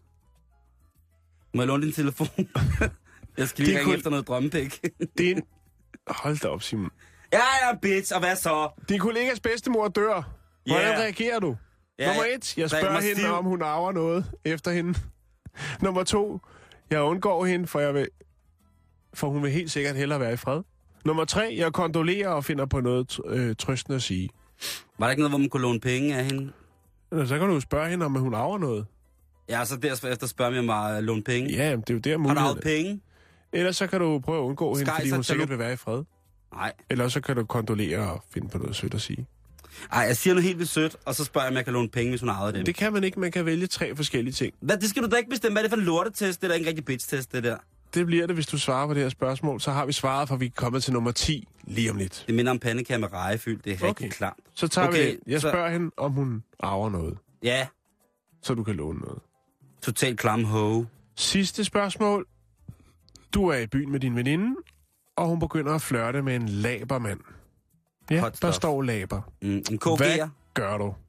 S4: Må jeg låne din telefon? Jeg skal lige ringe kun... efter noget drømmepæk.
S3: Det er en... Hold da op, Simon.
S4: Jeg er en bitch, og hvad så?
S3: Din kollegas bedstemor dør. Hvordan yeah. reagerer du? Yeah. Nummer et, jeg spørger hende, stiv. om hun arver noget efter hende. Nummer to, jeg undgår hende, for, jeg vil... for hun vil helt sikkert hellere være i fred. Nummer tre, jeg kondolerer og finder på noget øh, trøstende at sige.
S4: Var der ikke noget, hvor man kunne låne penge af hende?
S3: Så kan du jo spørge hende, om hun arver noget.
S4: Ja, så derefter spørger jeg mig at låne penge.
S3: Ja, det er jo der muligheden.
S4: Har du arvet penge?
S3: Ellers så kan du prøve at undgå
S4: Sky,
S3: hende, fordi hun sikkert
S4: du...
S3: vil være i fred.
S4: Nej.
S3: Ellers så kan du kondolere og finde på noget sødt at sige.
S4: Ej, jeg siger noget helt vildt sødt, og så spørger jeg, om jeg kan låne penge, hvis hun arvede dem.
S3: Det kan man ikke. Man kan vælge tre forskellige ting.
S4: Hvad, det skal du da ikke bestemme. Hvad er det for en lortetest? Det er da ikke en rigtig bitch-test, det der.
S3: Det bliver det, hvis du svarer på det her spørgsmål. Så har vi svaret, for vi er kommet til nummer ti lige om lidt.
S4: Det minder om pandekager med rejefyld. Det er rigtig okay. Klart.
S3: Så tager
S4: okay,
S3: vi... Jeg spørger så... hende, om hun arver noget.
S4: Ja.
S3: Så du kan låne noget.
S4: Totalt klam ho.
S3: Sidste spørgsmål. Du er i byen med din veninde, og hun begynder at flirte med en labermand. Ja, Hot der stuff. Står laber.
S4: Mm, en K G'er.
S3: Hvad gør du?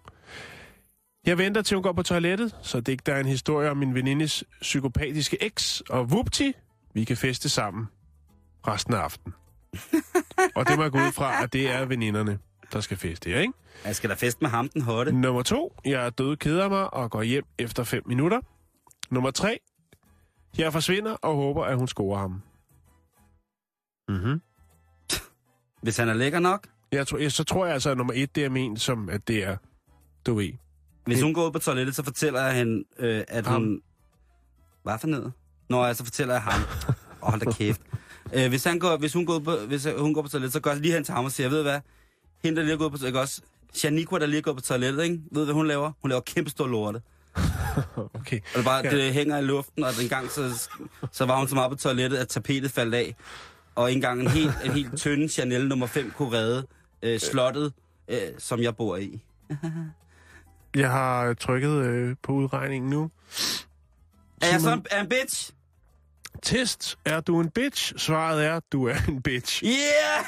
S3: Jeg venter til hun går på toilettet, så det ikke der er en historie om min venindes psykopatiske eks, og vupti, vi kan feste sammen resten af aftenen. Og det må jeg gå ud fra, at det er veninderne, der skal feste her, ikke?
S4: Jeg skal da feste med ham, den hotte.
S3: Nummer to, jeg er død, keder mig og går hjem efter fem minutter. Nummer tre, jeg forsvinder og håber, at hun scorer ham.
S4: Mhm. Hvis han er lækker nok?
S3: Jeg tror, jeg, så tror jeg altså, at nummer et, det er ment som, at det er, du ved.
S4: Hvis hun går ud på toilettet, så fortæller jeg hende, øh, at ham. hun... Hvad for noget? Nå, ja, så fortæller jeg ham. Åh, oh, hold da kæft. Øh, hvis, han går, hvis, hun går på, hvis hun går på toilettet, så går jeg lige hen til ham og siger, ved du hvad? Hende, der lige er gået på toilettet, også Shaniqua, der lige er gået på toilettet, ikke? Ved du, hvad hun laver? Hun laver kæmpe stor lorte.
S3: Okay.
S4: Og det, bare, ja. det hænger i luften, og en gang så, så var hun så meget på toilettet, at tapetet faldt af. Og en gang en helt, en helt tynde Chanel nummer fem kunne redde øh, slottet, øh, som jeg bor i.
S3: Jeg har trykket øh, på udregningen nu.
S4: Er jeg så en, er en bitch?
S3: Test. Er du en bitch? Svaret er, du er en bitch.
S4: Yeah!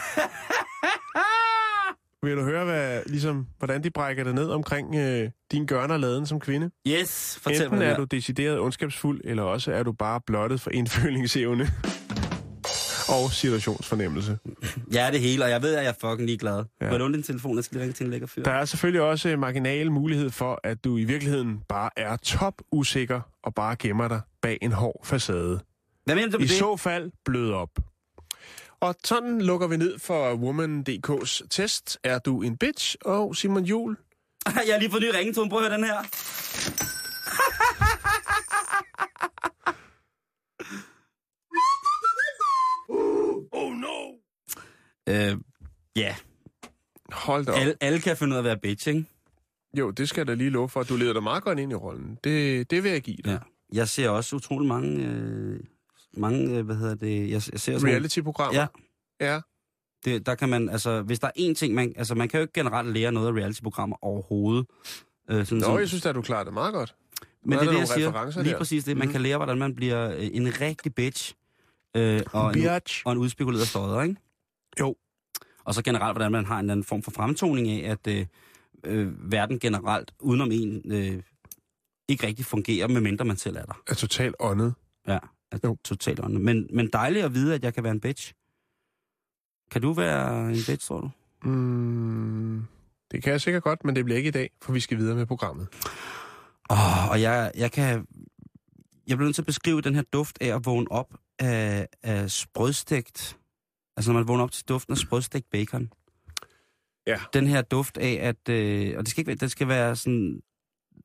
S3: Vil du høre, hvad, ligesom, hvordan de brækker det ned omkring øh, din gørn og laden som kvinde?
S4: Yes, fortæl
S3: Enten
S4: mig
S3: er du decideret ondskabsfuld, eller også er du bare blottet for indfølingsevne og situationsfornemmelse.
S4: Ja, det hele, og jeg ved, at jeg er fucking ligeglad. Ja. Må jeg låne din telefon, jeg skal lige ringe til en lækker fyr.
S3: Der er selvfølgelig også marginal mulighed for, at du i virkeligheden bare er top usikker og bare gemmer dig bag en hård facade.
S4: Hvad mener du med
S3: I
S4: det?
S3: så fald blød op. Og sådan lukker vi ned for Woman punktum d k's test. Er du en bitch? Og Simon Juhl.
S4: Jeg har lige fået ny ringetone. Prøv at høre den her.
S3: Oh no!
S4: Øh, ja.
S3: Hold da op.
S4: Alle, alle kan finde ud af at være bitch, ikke?
S3: Jo, det skal jeg da lige love for. Du leder dig meget godt ind i rollen. Det, det vil jeg give dig. Ja.
S4: Jeg ser også utrolig mange... Øh, mange, øh, hvad hedder det... Jeg, jeg ser
S3: reality-programmer?
S4: Ja.
S3: Ja.
S4: Det, der kan man, altså, hvis der er én ting, man, altså, man kan jo ikke generelt lære noget af reality-programmer overhovedet. Øh, sådan,
S3: Nå,
S4: sådan,
S3: jeg synes at du klarer det meget godt.
S4: Men det er det, jeg
S3: siger.
S4: Lige præcis det. Man
S3: mm.
S4: kan lære, hvordan man bliver øh, en rigtig bitch. Øh, og, en, og en udspekuleret stodder, ikke?
S3: Jo.
S4: Og så generelt, hvordan man har en anden form for fremtoning af, at øh, øh, verden generelt, udenom en, øh, ikke rigtig fungerer, medmindre man selv er der.
S3: Er totalt åndet.
S4: Ja, er totalt åndet. Men, men dejligt at vide, at jeg kan være en bitch. Kan du være en bitch, tror du?
S3: Mm, det kan jeg sikkert godt, men det bliver ikke i dag, for vi skal videre med programmet.
S4: Oh, og jeg, jeg kan... Jeg bliver nødt til at beskrive den her duft af at vågne op af, af sprødstegt... Altså når man vågner op til duften af sprødstegt bacon.
S3: Ja.
S4: Den her duft af, at... Øh, og det skal ikke være... Det skal være sådan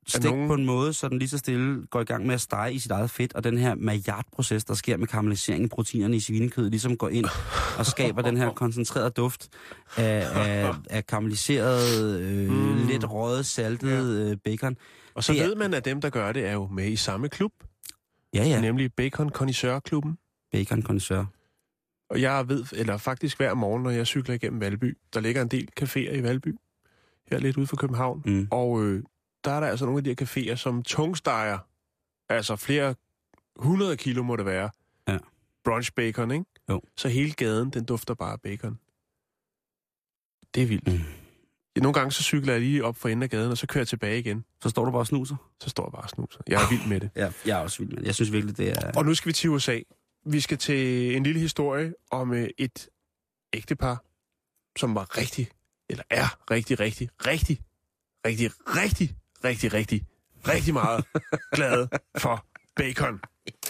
S4: Stik
S3: nogen...
S4: på en måde, så den lige så stille går i gang med at stege i sit eget fedt, og den her Maillard-proces, der sker med karamellisering i proteinerne i svinekødet, ligesom går ind og skaber den her koncentrerede duft af, af, af karamelliseret, øh, mm. lidt røget, saltet ja. øh, bacon.
S3: Og så
S4: det
S3: ved
S4: er...
S3: man, at dem, der gør det, er jo med i samme klub.
S4: Ja, ja.
S3: Nemlig Bacon Connoisseur-klubben.
S4: Bacon Connoisseur.
S3: Og jeg ved, eller faktisk hver morgen, når jeg cykler igennem Valby, der ligger en del caféer i Valby, her lidt ude for København,
S4: Mm.
S3: og øh, der er der altså nogle af de her caféer, som tungsteger, altså flere hundrede kilo må det være,
S4: ja.
S3: brunch bacon, ikke?
S4: Jo.
S3: Så hele gaden, den dufter bare af bacon. Det er vildt.
S4: Mm.
S3: Nogle gange så cykler jeg lige op for enden af gaden, og så kører jeg tilbage igen.
S4: Så står du bare og snuser?
S3: Så står jeg bare og snuser. Jeg er vild med det.
S4: Ja, jeg er også vild med det. Jeg synes virkelig, det er...
S3: Og nu skal vi til U S A. Vi skal til en lille historie om et ægtepar, som var rigtig, eller er rigtig, rigtig, rigtig, rigtig, rigtig, rigtig, rigtig, rigtig meget glade for bacon.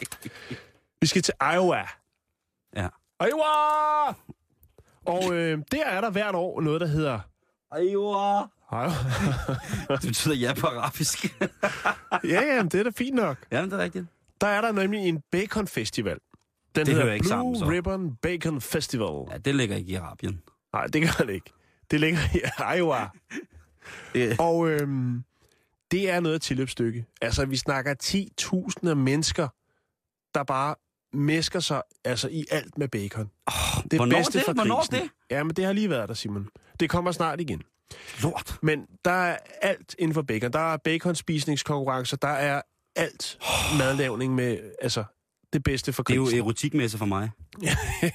S3: Vi skal til Iowa.
S4: Ja.
S3: Iowa! Og øh, der er der hvert år noget, der hedder...
S4: Iowa!
S3: Iowa.
S4: Det betyder ja på arabisk.
S3: ja, ja, det er da fint nok.
S4: Ja, det er rigtigt.
S3: Der er der nemlig en bacon festival. Den
S4: det
S3: hedder
S4: ikke
S3: Blue
S4: sammen, så.
S3: Ribbon Bacon Festival.
S4: Ja, det ligger ikke i Arabien.
S3: Nej, det gør det ikke. Det ligger i Iowa.
S4: Yeah.
S3: Og øhm, det er noget af tilløbsstykke. Altså, vi snakker ti tusind mennesker, der bare mæsker sig altså, i alt med bacon.
S4: Oh,
S3: det
S4: hvornår
S3: bedste
S4: det?
S3: for
S4: Hvornår
S3: grisen.
S4: det?
S3: Ja, men det har lige været der, Simon. Det kommer snart igen.
S4: Lort.
S3: Men der er alt inden for bacon. Der er baconspisningskonkurrencer, der er alt madlavning med, altså, det bedste for grisen.
S4: Det er jo erotikmesse for mig.
S3: Ja,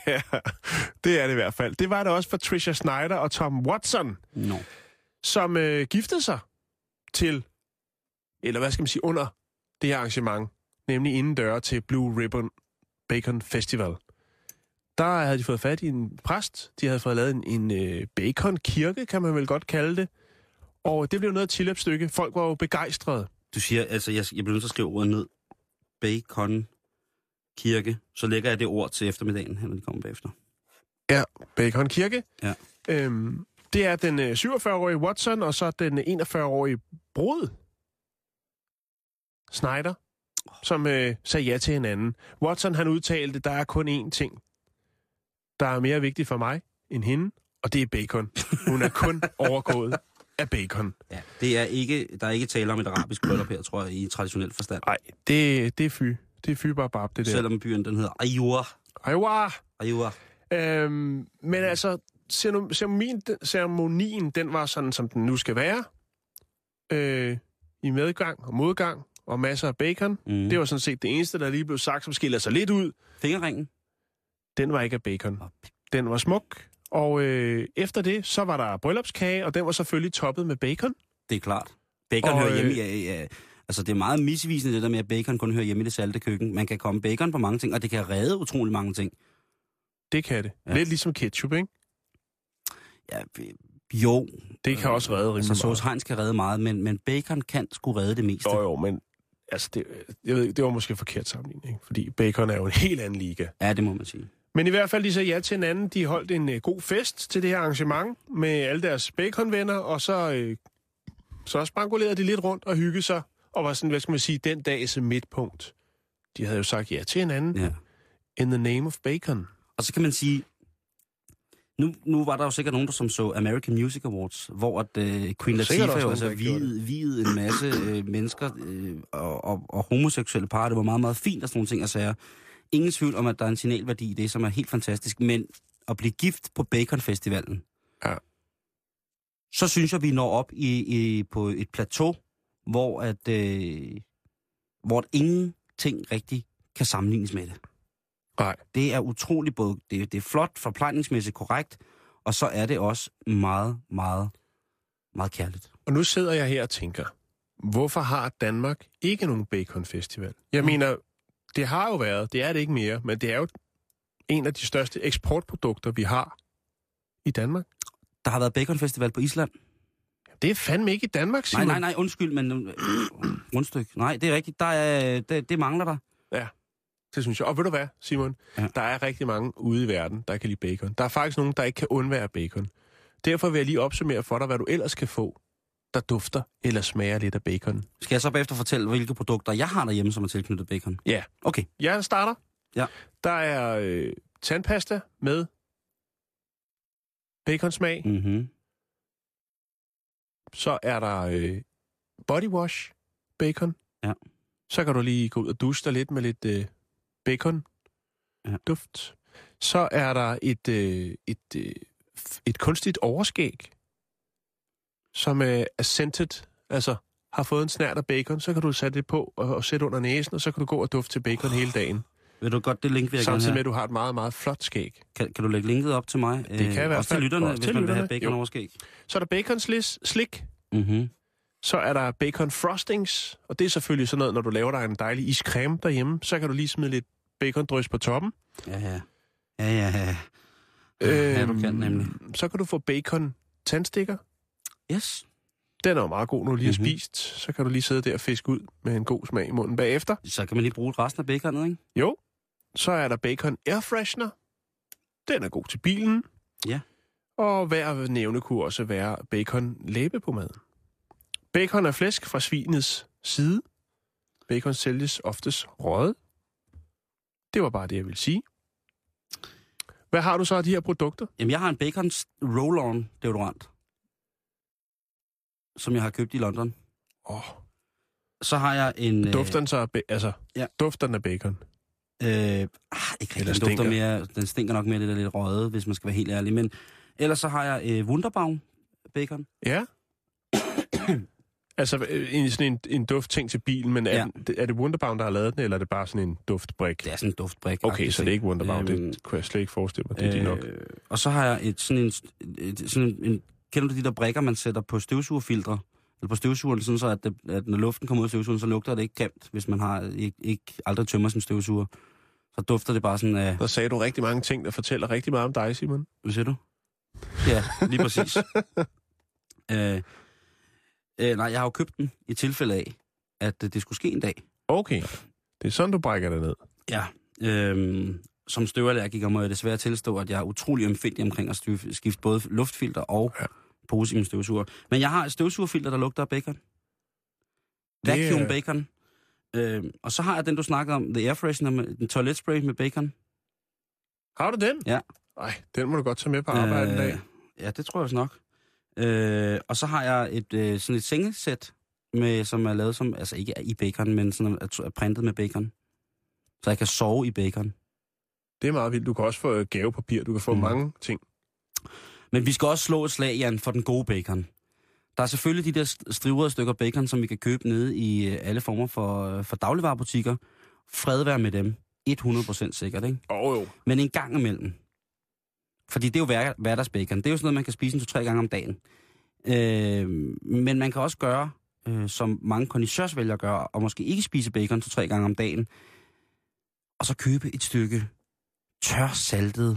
S3: det er det i hvert fald. Det var det også for Tricia Snyder og Tom Watson,
S4: no.
S3: som øh, giftede sig til, eller hvad skal man sige, under det her arrangement, nemlig indendør til Blue Ribbon Bacon Festival. Der havde de fået fat i en præst, de havde fået lavet en, en øh, bacon-kirke, kan man vel godt kalde det, og det blev noget af et tilløbsstykke. Folk var jo begejstrede.
S4: Du siger, altså, jeg, jeg bliver nødt til at skrive ordet ned. Bacon kirke, så lægger jeg det ord til eftermiddagen, når de kommer bagefter.
S3: Ja, Bacon Kirke.
S4: Ja.
S3: Øhm, det er den øh, syvogfyrre-årige Watson, og så den øh, enogfyrre-årige brud, Snyder, som øh, sagde ja til hinanden. Watson, han udtalte, der er kun én ting, der er mere vigtig for mig end hende, og det er bacon. Hun er kun overgået af bacon.
S4: Ja, det er ikke, der er ikke tale om et arabisk bryllup her, tror jeg, i traditionel forstand.
S3: Nej, det, det er fy. Det er fy bare bab, det der.
S4: Selvom byen, den hedder Iowa.
S3: Iowa!
S4: Iowa.
S3: Øhm, men altså, ceremonien, ceremonien, den var sådan, som den nu skal være. Øh, I medgang og modgang og masser af bacon. Mm. Det var sådan set det eneste, der lige blev sagt, som skiller sig lidt ud.
S4: Fingerringen?
S3: Den var ikke af bacon. Den var smuk. Og øh, efter det, så var der bryllupskage, og den var selvfølgelig toppet med bacon.
S4: Det er klart. Bacon
S3: og,
S4: hører hjemme i...
S3: Øh,
S4: ja, altså, det er meget misvisende, det der med, at bacon kun hører hjemme i det salte køkken. Man kan komme bacon på mange ting, og det kan redde utrolig mange ting.
S3: Det kan det. Ja. Lidt ligesom ketchup, ikke?
S4: Ja, jo.
S3: Det kan øh, også redde rimelig
S4: altså,
S3: meget.
S4: Sauce Heinz kan redde meget, men, men bacon kan sgu redde det meste.
S3: Jo, jo, men altså, det, jeg ved, det var måske forkert sammenligning, fordi bacon er jo en helt anden liga.
S4: Ja, det må man sige.
S3: Men i hvert fald, de sagde ja til hinanden. De holdt en uh, god fest til det her arrangement med alle deres baconvenner, og så, uh, så spangulerede de lidt rundt og hyggede sig, og var sådan, hvad skal man sige, den dags midtpunkt. De havde jo sagt ja til hinanden.
S4: Ja.
S3: In the name of bacon.
S4: Og så kan man sige, nu, nu var der jo sikkert nogen, der som så American Music Awards, hvor at, uh, Queen Latifah jo altså viede en masse uh, mennesker uh, og, og, og homoseksuelle par. Det var meget, meget fint og sådan nogle ting at sige. Ingen tvivl om, at der er en signalværdi i det, som er helt fantastisk. Men at blive gift på Bacon-festivalen,
S3: ja.
S4: Så synes jeg, vi når op i, i, på et plateau, hvor at, øh, hvor at ingenting rigtig kan sammenlignes med det.
S3: Nej.
S4: Det er utroligt både, det, det er flot, forplejningsmæssigt korrekt, og så er det også meget, meget, meget kærligt.
S3: Og nu sidder jeg her og tænker, hvorfor har Danmark ikke nogen bacon-festival? Jeg mm. mener, det har jo været, det er det ikke mere, men det er jo en af de største eksportprodukter, vi har i Danmark.
S4: Der har været Bacon-festival på Island.
S3: Det er fandme ikke i Danmark, Simon.
S4: Nej, nej, nej, undskyld, men øh, rundstykke. Nej, det er rigtigt. Der er, det, det mangler der.
S3: Ja, det synes jeg. Og ved du hvad, Simon? Ja. Der er rigtig mange ude i verden, der kan lide bacon. Der er faktisk nogen, der ikke kan undvære bacon. Derfor vil jeg lige opsummere for dig, hvad du ellers kan få der dufter eller smager lidt af bacon.
S4: Skal jeg så bagefter fortælle, hvilke produkter jeg har derhjemme, som er tilknyttet bacon?
S3: Ja.
S4: Okay.
S3: Jeg starter.
S4: Ja.
S3: Der er øh, tandpasta med baconsmag.
S4: Mhm.
S3: Så er der øh, body wash bacon.
S4: Ja.
S3: Så kan du lige gå ud og dusche dig lidt med lidt øh, bacon
S4: ja.
S3: duft. Så er der et, øh, et, øh, et kunstigt overskæg, som øh, er scented, altså har fået en snert af bacon. Så kan du sætte det på og, og sætte under næsen, og så kan du gå og dufte til bacon hele dagen.
S4: Vil du godt det link, vil jeg gerne
S3: Samtidig med,
S4: have?
S3: at du har et meget, meget flot skæg.
S4: Kan, kan du lægge linket op til mig?
S3: Det kan i hvert fald.
S4: Også til lytterne,
S3: Også
S4: hvis
S3: til
S4: man
S3: lytterne.
S4: vil have bacon over skæg.
S3: Så er der bacon slik.
S4: Mhm.
S3: Så er der bacon frostings, og det er selvfølgelig sådan noget, når du laver dig en dejlig iscreme derhjemme, så kan du lige smide lidt bacondrys på toppen.
S4: Ja, ja. Ja, ja, ja.
S3: Øhm,
S4: ja, du kan nemlig.
S3: Så kan du få bacon tandstikker.
S4: Yes.
S3: Den er jo meget god, når du lige har
S4: Mhm.
S3: spist. Så kan du lige sidde der og fiske ud med en god smag i munden bagefter.
S4: Så kan man lige bruge resten af baconet, ikke?
S3: Jo. Så er der bacon airfreshener. Den er god til bilen.
S4: Ja.
S3: Og hver nævne kunne også være bacon læbepomade. Bacon er flæsk fra svinets side. Bacon sælges oftest røget. Det var bare det, jeg ville sige. Hvad har du så af de her produkter?
S4: Jamen, jeg har en bacon roll-on deodorant, som jeg har købt i London.
S3: Åh, oh,
S4: Så har jeg en...
S3: duften så af ba- altså,
S4: ja.
S3: duften af bacon.
S4: Øh, øh, ah, ikke
S3: Eller
S4: rigtig, den
S3: stinker.
S4: dufter mere... Den stinker nok mere lidt, lidt røget, hvis man skal være helt ærlig. Men ellers så har jeg øh, Wunderbaum bacon.
S3: Ja. Altså øh, en, sådan en, en duftting til bilen, men er,
S4: Ja.
S3: det, er det Wunderbaum, der har lavet den, eller er det bare sådan en duftbrik?
S4: Det er sådan en duftbrik.
S3: Okay, så det er ikke Wunderbaum,
S4: Øhm,
S3: det kunne jeg slet ikke forestille mig. Det er de nok.
S4: Øh, og så har jeg et sådan en... Et, sådan en, en kender du de der brikker, man sætter på støvsugerfiltre? Eller på støvsugeren, sådan så at, det, at når luften kommer ud af støvsugeren, så lugter det ikke grimt, hvis man har ikke, ikke aldrig tømmer sin støvsuger. Så dufter det bare sådan af...
S3: Der sagde du rigtig mange ting, der fortæller rigtig meget om dig, Simon.
S4: Hvad siger du? Ja, lige præcis. øh, øh, nej, jeg har jo købt den i tilfælde af, at øh, det skulle ske en dag.
S3: Okay, det er sådan, du brækker det ned.
S4: Ja. Øh, som støvallergiker må jeg desværre tilstå, at jeg er utrolig ømfindelig omkring at styf- skifte både luftfilter og
S3: Ja.
S4: pose i min støvsuger. Men jeg har et støvsugerfilter, der lugter af bacon. Vacuum
S3: er-
S4: bacon. Øh, og så har jeg den, du snakkede om, The Air Freshener, med den toiletspray med bacon.
S3: Har du den?
S4: Ja.
S3: Ej, den må du godt tage med på arbejde en dag.
S4: Ja, det tror jeg også nok. Øh, og så har jeg et øh, sådan et sengesæt, med, som er lavet som, altså ikke i bacon, men sådan er, er printet med bacon. Så jeg kan sove i bacon.
S3: Det er meget vildt. Du kan også få gavepapir. Du kan få
S4: Mm.
S3: mm. mange ting.
S4: Men vi skal også slå et slag, Jan, for den gode bacon. Der er selvfølgelig de der strivede stykker bacon, som vi kan købe nede i øh, alle former for, for dagligvarebutikker. Fred være med dem. hundrede procent sikkert, ikke?
S3: Åh oh, jo.
S4: Men en gang imellem. Fordi det er jo hver, hverdagsbacon. Det er jo sådan noget, man kan spise en to-tre gange om dagen. Øh, men man kan også gøre, øh, som mange connoisseurs vælger at gøre, og måske ikke spise bacon to-tre gange om dagen, og så købe et stykke tørsaltet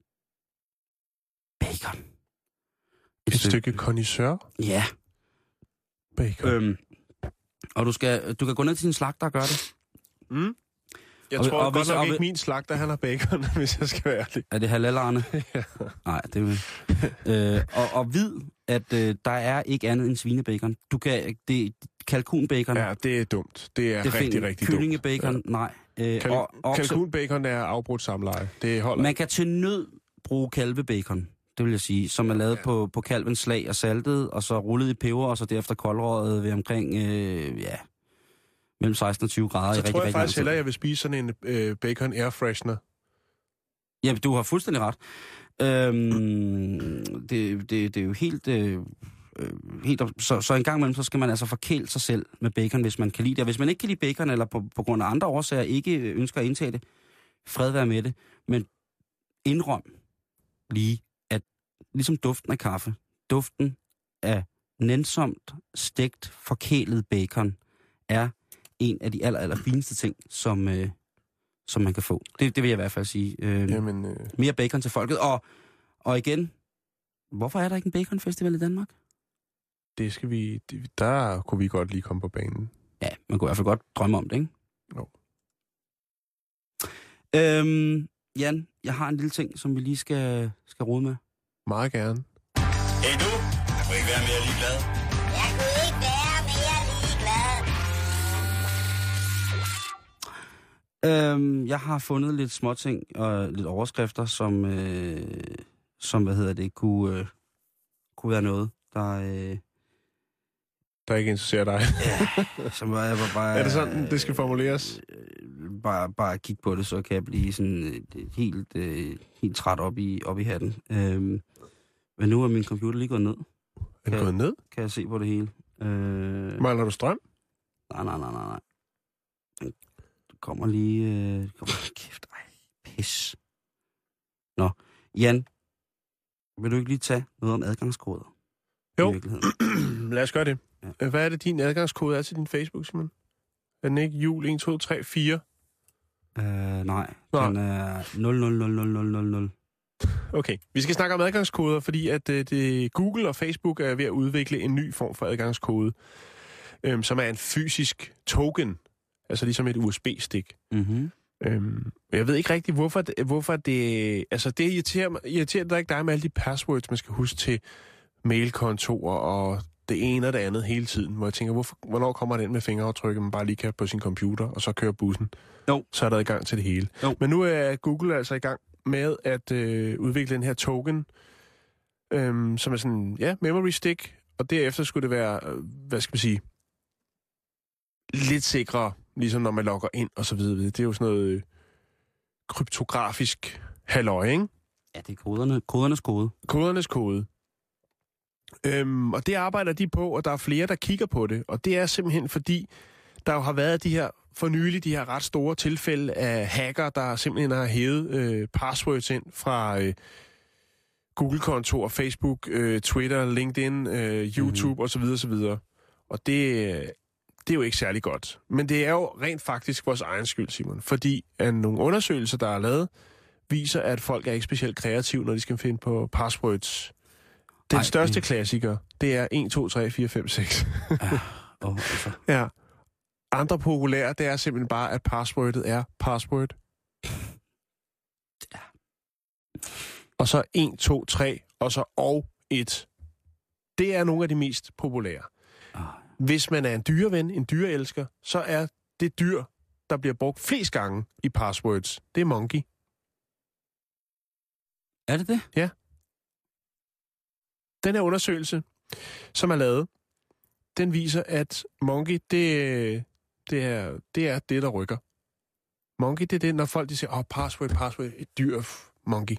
S4: bacon.
S3: Et, et stykke connoisseur
S4: Ja.
S3: bacon.
S4: Øhm, og du, skal, du kan gå ned til din slagter og gøre det.
S3: Mm. Jeg
S4: og-
S3: tror
S4: og
S3: og godt
S4: hvis-
S3: nok
S4: og
S3: ikke
S4: hvis-
S3: min slagter, han har bacon, hvis jeg skal være ærlig.
S4: Er det halal, Arne?
S3: Ja.
S4: Nej, det er øh, og, og vid, at øh, der er ikke andet end svinebacon. Du kan... Det, kalkunbacon.
S3: Ja, det er dumt. Det er,
S4: det
S3: rigtig,
S4: fint.
S3: rigtig dumt.
S4: Kyllingebacon, ja. Nej. Øh,
S3: Kal-
S4: og, okse-
S3: kalkunbacon er afbrudt samleje. Det holder.
S4: Man kan til nød bruge kalvebacon, det vil jeg sige, som er lavet
S3: Ja.
S4: på, på kalvens slag og saltet, og så rullet i peber, og så derefter koldrøget ved omkring, øh, ja, mellem seksten og tyve grader.
S3: Så
S4: i rigtig,
S3: tror jeg
S4: rigtig
S3: faktisk
S4: lang tid.
S3: hellere, jeg vil spise sådan en øh, bacon airfreshener.
S4: Ja, du har fuldstændig ret. Øhm, det, det, det er jo helt... Øh, øh, helt op, så, så en gang imellem, så skal man altså forkæle sig selv med bacon, hvis man kan lide det. Og hvis man ikke kan lide bacon, eller på, på grund af andre årsager ikke ønsker at indtage det, fred være med det. Men indrøm lige, at ligesom duften af kaffe, duften af nænsomt stegt, forkælet bacon, er en af de aller, aller fineste ting, som, øh, som man kan få. Det, det vil jeg i hvert fald sige. Øh,
S3: Jamen, øh,
S4: Mere bacon til folket. Og, og igen, hvorfor er der ikke en baconfestival i Danmark?
S3: det skal vi... det- Der kunne vi godt lige komme på banen.
S4: Ja, man kunne i hvert fald godt drømme om det, ikke?
S3: Jo.
S4: Øhm, Jan, jeg har en lille ting, som vi lige skal, skal rode med.
S3: Meget gerne.
S6: Hey du, jeg må ikke være mere ligeglad. kunne ikke være mere ligeglad.
S4: Øhm, jeg har fundet lidt småting og lidt overskrifter, som, øh, som hvad hedder det, kunne, øh, kunne være noget, der... Øh,
S3: Der ikke interesserer dig.
S4: ja, som var, jeg var bare...
S3: Er det sådan, det skal formuleres?
S4: Øh, bare, bare kigge på det, så kan jeg blive sådan øh, helt, øh, helt træt op i, op i hatten. Øhm, men nu er min computer lige gået ned.
S3: Er den gået ned?
S4: Kan jeg se på det hele. Øh,
S3: Mangler du strøm?
S4: nej, nej, nej, nej, nej. Det kommer lige... Øh, kommer, kæft, ej, pis. Nå, Jan, vil du ikke lige tage noget om adgangskoder?
S3: Jo.
S4: I virkeligheden?
S3: Lad os gøre det.
S4: Ja.
S3: Hvad er det, din adgangskode er til din Facebook, Simon? Er den ikke jul et, to, tre, fire?
S4: Øh, nej,
S3: Nå.
S4: den er nul nul nul nul nul nul.
S3: Okay, vi skal snakke om adgangskoder, fordi at øh, det, Google og Facebook er ved at udvikle en ny form for adgangskode, øhm, som er en fysisk token, altså ligesom et U S B-stik.
S4: Mhm.
S3: Øhm, jeg ved ikke rigtig, hvorfor det, hvorfor det... Altså, det irriterer, mig, irriterer der ikke dig med alle de passwords, man skal huske til mailkontorer og det ene og det andet hele tiden, hvor jeg tænker, hvorfor, hvornår kommer den med fingeraftrykket, man bare lige kan på sin computer, og så kører bussen.
S4: Jo.
S3: Så er der i gang til det hele.
S4: Jo.
S3: Men nu er Google altså i gang med at øh, udvikle den her token, øh, som er sådan, ja, memory stick, og derefter skulle det være, øh, hvad skal man sige, lidt sikrere, ligesom når man logger ind og så videre. Det er jo sådan noget øh, kryptografisk halløj, ikke?
S4: Ja, det er koderne, kodernes kode.
S3: Kodernes kode. Øhm, og det arbejder de på, og der er flere, der kigger på det. Og det er simpelthen fordi, der jo har været de her, for nylig, de her ret store tilfælde af hacker, der simpelthen har hævet øh, passwords ind fra øh, Google-kontor, Facebook, øh, Twitter, LinkedIn, øh, YouTube mm-hmm. osv. osv. Og det, det er jo ikke særlig godt. Men det er jo rent faktisk vores egen skyld, Simon. Fordi at nogle undersøgelser, der er lavet, viser, at folk er ikke specielt kreative, når de skal finde på passwords. Den Ej, største mm. klassiker, det er et, to, tre, fire, fem, seks.
S4: Ja, oh, altså.
S3: Ja. Andre populære, det er simpelthen bare, at passwordet er password.
S4: Ja.
S3: Og så et, to, tre, og så og et. Det er nogle af de mest populære.
S4: Oh.
S3: Hvis man er en dyreven, en dyreelsker, så er det dyr, der bliver brugt flest gange i passwords, det er monkey.
S4: Er det det?
S3: Ja. Den her undersøgelse, som er lavet, den viser, at monkey, det, det, er, det er det, der rykker. Monkey, det er det, når folk de siger, åh, oh, password, password, et dyr, monkey.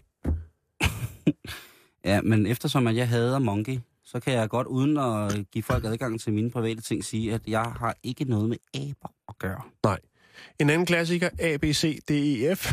S4: Ja, men eftersom at jeg hader monkey, så kan jeg godt, uden at give folk adgang til mine private ting, sige, at jeg har ikke noget med aber at gøre.
S3: Nej. En anden klassiker, A, B, C, D, E, F.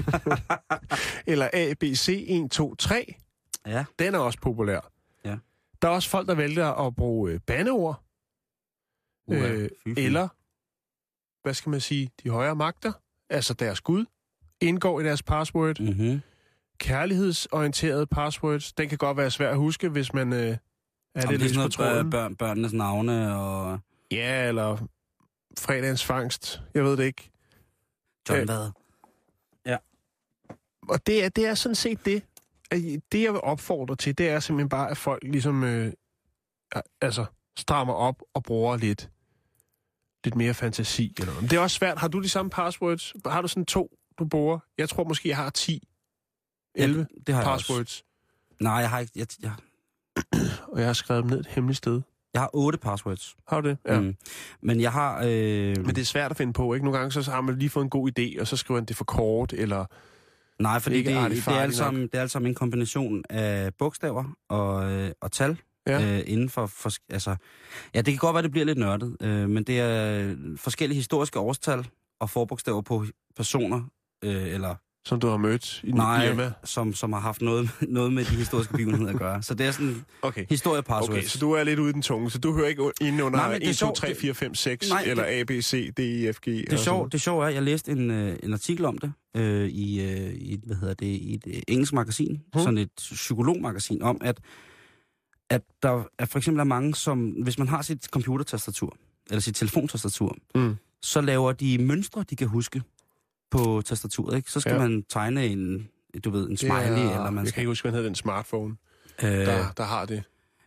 S3: Eller A, B, C, et, to, tre.
S4: Ja.
S3: Den er også populær.
S4: Ja.
S3: Der er også folk, der vælger at bruge bandeord.
S4: Uh,
S3: øh, eller, hvad skal man sige, de højere magter, altså deres Gud, indgår i deres password.
S4: Mm-hmm.
S3: Kærlighedsorienterede passwords, den kan godt være svær at huske, hvis man øh, er
S4: Jamen,
S3: det lidt på
S4: det er
S3: tråden.
S4: børn, børnenes navne og...
S3: Ja, eller fredagens fangst, jeg ved det ikke.
S4: John Vad. Ja.
S3: Og det er, det er sådan set det. Det, jeg vil opfordre til, det er simpelthen bare, at folk ligesom øh, altså strammer op og bruger lidt, lidt mere fantasi. Eller noget. Men det er også svært. Har du de samme passwords? Har du sådan to, du bruger? Jeg tror måske, jeg har ti, elleve
S4: ja, det har
S3: passwords.
S4: Jeg Nej, jeg har ikke... Jeg, jeg...
S3: Og jeg har skrevet dem ned et hemmeligt sted.
S4: Jeg har otte passwords.
S3: Har du det? Ja.
S4: Mm. Men jeg har... Øh...
S3: Men det er svært at finde på, ikke? Nogle gange så har man lige fået en god idé, og så skriver man det for kort, eller...
S4: Nej, fordi det, det, det, er alt sammen,
S3: nok.
S4: det er alt sammen en kombination af bogstaver og, øh, og tal.
S3: Ja.
S4: Øh, inden for, for... Altså, ja, det kan godt være, det bliver lidt nørdet, øh, men det er forskellige historiske årstal og forbogstaver på personer, øh, eller...
S3: Som du har mødt i
S4: Nej,
S3: Irma?
S4: som, som har haft noget, noget med de historiske begivenheder at gøre. Så det er sådan
S3: okay.
S4: historiepasswords.
S3: Okay, så du er lidt ude i den tunge, så du hører ikke inde under
S4: Nej,
S3: et, to, tre, fire, fem, seks,
S4: Nej,
S3: eller
S4: det,
S3: A, B, C, D, E, F, G.
S4: Det sjove sjov er, at jeg læste en, øh, en artikel om det øh, i, øh, i, hvad hedder det, i et øh, engelsk magasin, hmm. sådan et psykologmagasin, om at, at der er for eksempel er mange, som hvis man har sit computertastatur, eller sit telefontastatur, mm. så laver de mønstre, de kan huske på tastaturet, ikke? Så skal ja. man tegne en, du ved, en smiley,
S3: ja,
S4: eller man
S3: jeg
S4: skal...
S3: kan ikke huske, hvad hedder den smartphone,
S4: øh,
S3: der, der har det.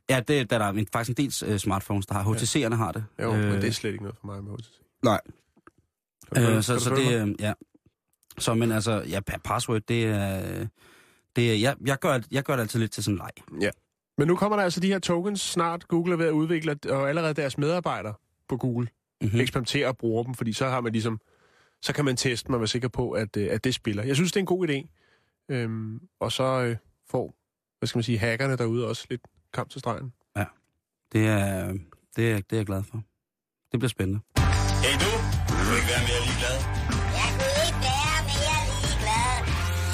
S4: Ja, det, der er der faktisk en del uh, smartphones, der har. H T C'erne har det.
S3: Jo, øh, men det er slet ikke noget for mig med H T C.
S4: Nej.
S3: Øh,
S4: så så det, ja. Så, men altså, ja, password, det er... Det er jeg, jeg, gør, jeg gør det altid lidt til sådan en leg.
S3: Ja. Men nu kommer der altså de her tokens snart. Google er ved at udvikle, og allerede deres medarbejdere på Google mm-hmm. eksperimenterer og bruger dem, fordi så har man ligesom... Så kan man teste mig og være sikker på, at, at det spiller. Jeg synes, det er en god idé. Øhm, og så øh, får, hvad skal man sige, hackerne derude også lidt kamp til stregen.
S4: Ja, det er, det er, det er jeg glad for. Det bliver spændende.
S6: Hey du, du vil ikke være mere ligeglad?
S7: Jeg kunne ikke være mere ligeglad.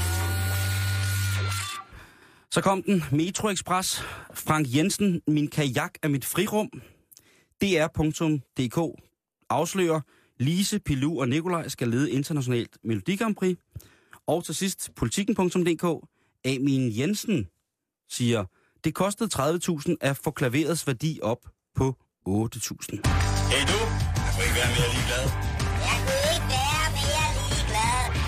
S4: Så kom den. Metro Express. Frank Jensen, min kajak er mit frirum. D R punktum d k afslører, Lise, Pilou og Nikolaj skal lede internationalt Melodi Grand Prix. Og til sidst, politikken punktum d k. Amin Jensen siger, det kostede tredive tusind at få klaverets værdi op på otte tusind.
S6: Hey du, jeg kunne ikke være mere ligeglad.
S7: Jeg kunne ikke være mere ligeglad.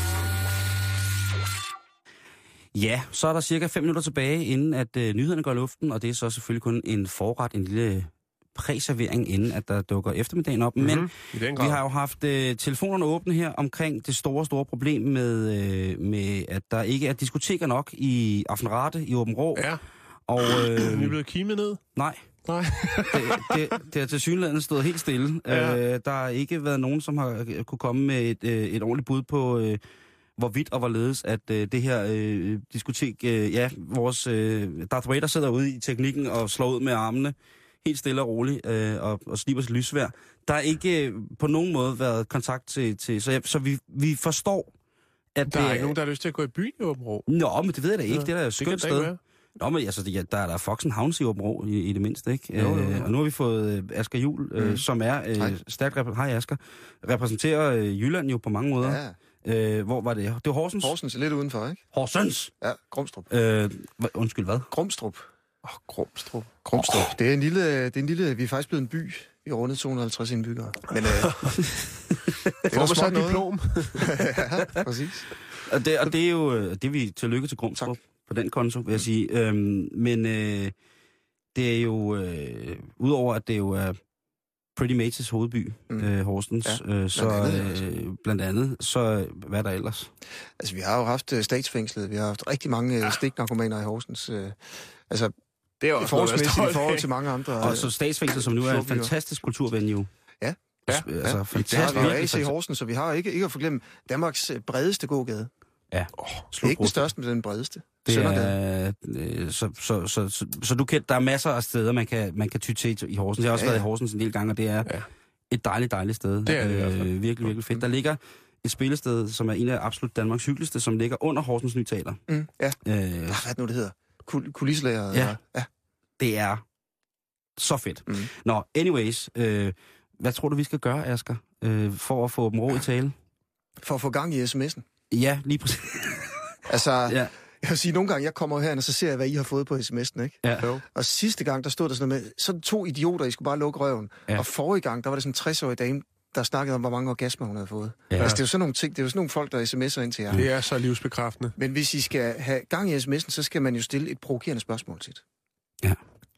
S4: Ja, så er der cirka fem minutter tilbage, inden at øh, nyhederne går i luften, og det er så selvfølgelig kun en forret, en lille præservering, inden at der dukker eftermiddagen op. Mm-hmm. Men vi har jo haft øh, telefonerne åbne her omkring det store, store problem med, øh, med at der ikke er diskoteker nok i Aftenrate i Åben Rå.
S3: Ja.
S4: Og, øh,
S3: vi er blevet kimet ned?
S4: Nej.
S3: Nej.
S4: det, det, det har til synligheden stået helt stille. Ja. Øh, der har ikke været nogen, som har kunne komme med et, øh, et ordentligt bud på, øh, hvorvidt og hvorledes, at øh, det her øh, diskotek, øh, ja, vores øh, Darth Vader sidder ude i teknikken og slår ud med armene, helt stille og roligt, øh, og, og sliber sit lysvær. Der har ikke øh, på nogen måde været kontakt til... til så ja, så vi, vi forstår, at
S3: der er
S4: det,
S3: ikke nogen, der har lyst til at gå i byen i Åben Rå.
S4: Nå, men det ved jeg da ikke. Ja, det er da et
S3: det
S4: skønt sted. Nå, men altså, ja, der er der Foxen Havns i Åben Rå, i, i det mindste, ikke?
S3: Jo, jo, jo.
S4: Øh, og nu har vi fået øh, Asger Juhl, øh, mm. som er øh, stærkt... Rep- Hej, Asger. Repræsenterer øh, Jylland jo på mange måder.
S8: Ja.
S4: Øh, hvor var det? Det var Horsens?
S8: Horsens er lidt udenfor, ikke?
S4: Horsens?
S8: Ja, Grumstrup.
S4: Øh, hva, undskyld, hvad?
S8: Grumstrup.
S3: Åh, oh, Grumstrup.
S8: Grumstrup. Oh. Det er en lille, det er en lille, vi er faktisk blevet en by. Vi er rundet to hundrede og halvtreds indbyggere. Men øh, det
S3: er også så et diplom.
S8: Ja, præcis.
S4: Og det, og det er jo, det er vi tillykke til Grumstrup på den konto, vil jeg sige. Øhm, men øh, det er jo, øh, udover at det jo er Pretty Mates' hovedby, mm. øh, Horsens, ja, øh, så blandt andet, øh, blandt andet, så hvad er der ellers?
S8: Altså, vi har jo haft øh, statsfængslet, vi har haft rigtig mange ja. stiknarkomaner i Horsens. Øh, altså,
S3: det er også
S8: forholdsmæssigt i forhold til mange andre.
S4: Og så statsfængslet, som nu er en fantastisk kulturvenue.
S8: Ja.
S3: Ja,
S4: altså,
S8: ja.
S4: fantastisk.
S8: Det har vi jo A C i Horsens, så vi har ikke, ikke at forglemme Danmarks bredeste gågade.
S4: Ja.
S8: Oh, det er ikke den største, men den bredeste.
S4: Det er, øh, så, så, så, så, så du kan, der er masser af steder, man kan, man kan ty til i Horsens. Jeg har også ja, været i Horsens en del gange, og det er ja. et dejligt, dejligt sted.
S3: Det er det øh,
S4: virkelig, virkelig fedt. Der ligger et spillested, som er en af absolut Danmarks hyggeligste, som ligger under Horsens Nye Teater.
S8: Mm, ja.
S4: Øh,
S8: hvad er det nu, det hedder? Kul- kulisselærer?
S4: Ja.
S8: ja.
S4: Det er så fedt. Mm. Nå, anyways. Øh, hvad tror du, vi skal gøre, Asger, øh, for at få dem ro i tale?
S8: For at få gang i sms'en?
S4: Ja, lige præcis.
S8: Altså,
S4: ja.
S8: Jeg vil sige, nogle gange, jeg kommer her, og så ser jeg, hvad I har fået på sms'en, ikke?
S4: Ja.
S8: Og sidste gang, der stod der sådan noget med, sådan to idioter, I skulle bare lukke røven. Ja. Og forrige gang, der var det sådan en tres-årig dame, der snakkede om, hvor mange orgasmer hun havde fået. Ja. Altså, det er jo sådan nogle ting, det er jo sådan nogle folk, der sms'er ind til jer.
S3: Det er så livsbekræftende.
S8: Men hvis I skal have gang i sms'en, så skal man jo stille et provokerende spørgsmål til det.
S4: Ja.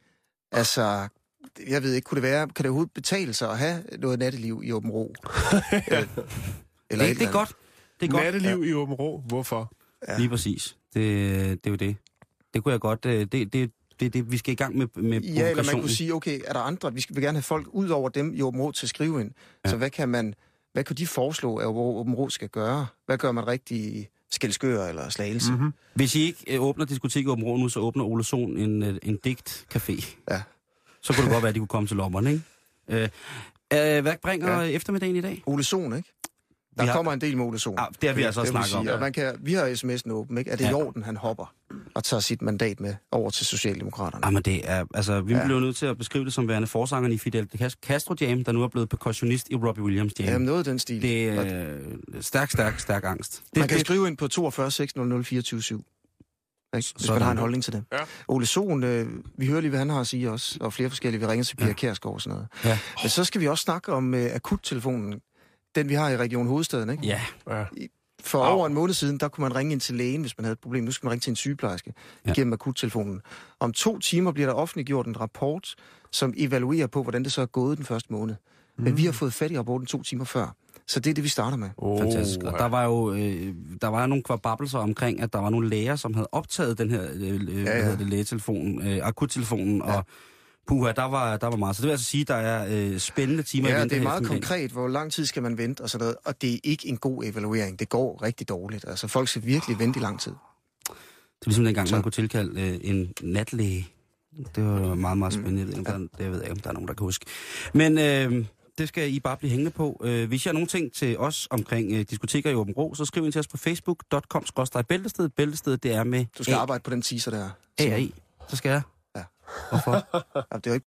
S8: Altså, jeg ved ikke, kunne det være, kan det overhovedet betale sig at have noget natteliv i Åben Rå?
S4: ja. Eller, eller det, det er godt. Det er godt.
S3: Natteliv ja. i Åben Rå, hvorfor?
S4: Ja. Lige præcis. Det, det er jo det. Det kunne jeg godt... Det, det, det, det, vi skal i gang med, med
S8: ja, eller man kunne sige, okay, er der andre... Vi skal vil gerne have folk ud over dem i Åben Rå til at skrive ind. Ja. Så hvad kan man... Hvad kunne de foreslå, at Åben Rå skal gøre? Hvad gør man rigtig Skælskør eller Slagelse? Mm-hmm.
S4: Hvis I ikke åbner diskotek i Åben Rå nu, så åbner Ole Sohn en, en digtcafé.
S8: Ja.
S4: Så kunne det godt være, at de kunne komme til lommerne, ikke? Øh, øh, hvad bringer ja. eftermiddagen i dag?
S8: Ole Sohn, ikke? Der
S4: vi har...
S8: kommer en del med Ole Sohn.
S4: Ja, det har vi altså også snakket om.
S8: Ja. Og man kan, vi har sms'en åben, ikke? Er det ja. i orden, han hopper og tager sit mandat med over til Socialdemokraterne?
S4: Jamen det er, altså, vi ja. bliver nødt til at beskrive det som værende forsangeren i Fidel Castro Jam, der nu er blevet percussionist i Robbie Williams Jam.
S8: Jamen noget af den stil.
S4: Det er øh, stærk, stærk, stærk angst. Det,
S8: man kan
S4: det...
S8: skrive ind på toogfyrre seks nul nul fireogtyve syv. Hvis Sådan. man har en holdning til det. Ja. Ole Sohn, øh, vi hører lige, hvad han har at sige også, og flere forskellige. Vi ringer til Pia ja. Kjærsgaard og sådan noget. Ja. Men så skal vi også snakke om øh, akuttelefonen. Den, vi har i Region Hovedstaden, ikke?
S4: Ja.
S8: ja. For oh. over en måned siden, der kunne man ringe ind til lægen, hvis man havde et problem. Nu skal man ringe til en sygeplejerske ja. gennem akuttelefonen. Om to timer bliver der offentliggjort en rapport, som evaluerer på, hvordan det så er gået den første måned. Mm. Men vi har fået fat i rapporten to timer før. Så det er det, vi starter med.
S4: Oh, Fantastisk. Og der var jo øh, der var nogle kvababelser omkring, at der var nogle læger, som havde optaget den her øh, ja, ja. Det, lægetelefonen, øh, akuttelefonen, ja. og puha, der var, der var meget. Så det vil altså sige, at der er øh, spændende timer
S8: ja,
S4: i vente.
S8: Ja, det er meget konkret, hvor lang tid skal man vente og sådan noget. Og det er ikke en god evaluering. Det går rigtig dårligt. Altså, folk skal virkelig vente i lang tid.
S4: Det er ligesom dengang, så. man kunne tilkalde øh, en natlæge. Det var meget, meget spændende. Mm. Ja. Det ved jeg ikke, om der er nogen, der kan huske. Men øh, det skal I bare blive hængende på. Øh, hvis I har nogle ting til os omkring øh, diskoteker i Åben Rå, så skriv ind til os på facebook punktum com skråstreg bæltestedet. Bæltestedet, det er med...
S8: Du skal A- arbejde på den teaser der.
S4: A R I. Så skal jeg.
S8: Ja.
S4: Hvorfor?
S8: Ja, det er jo ikke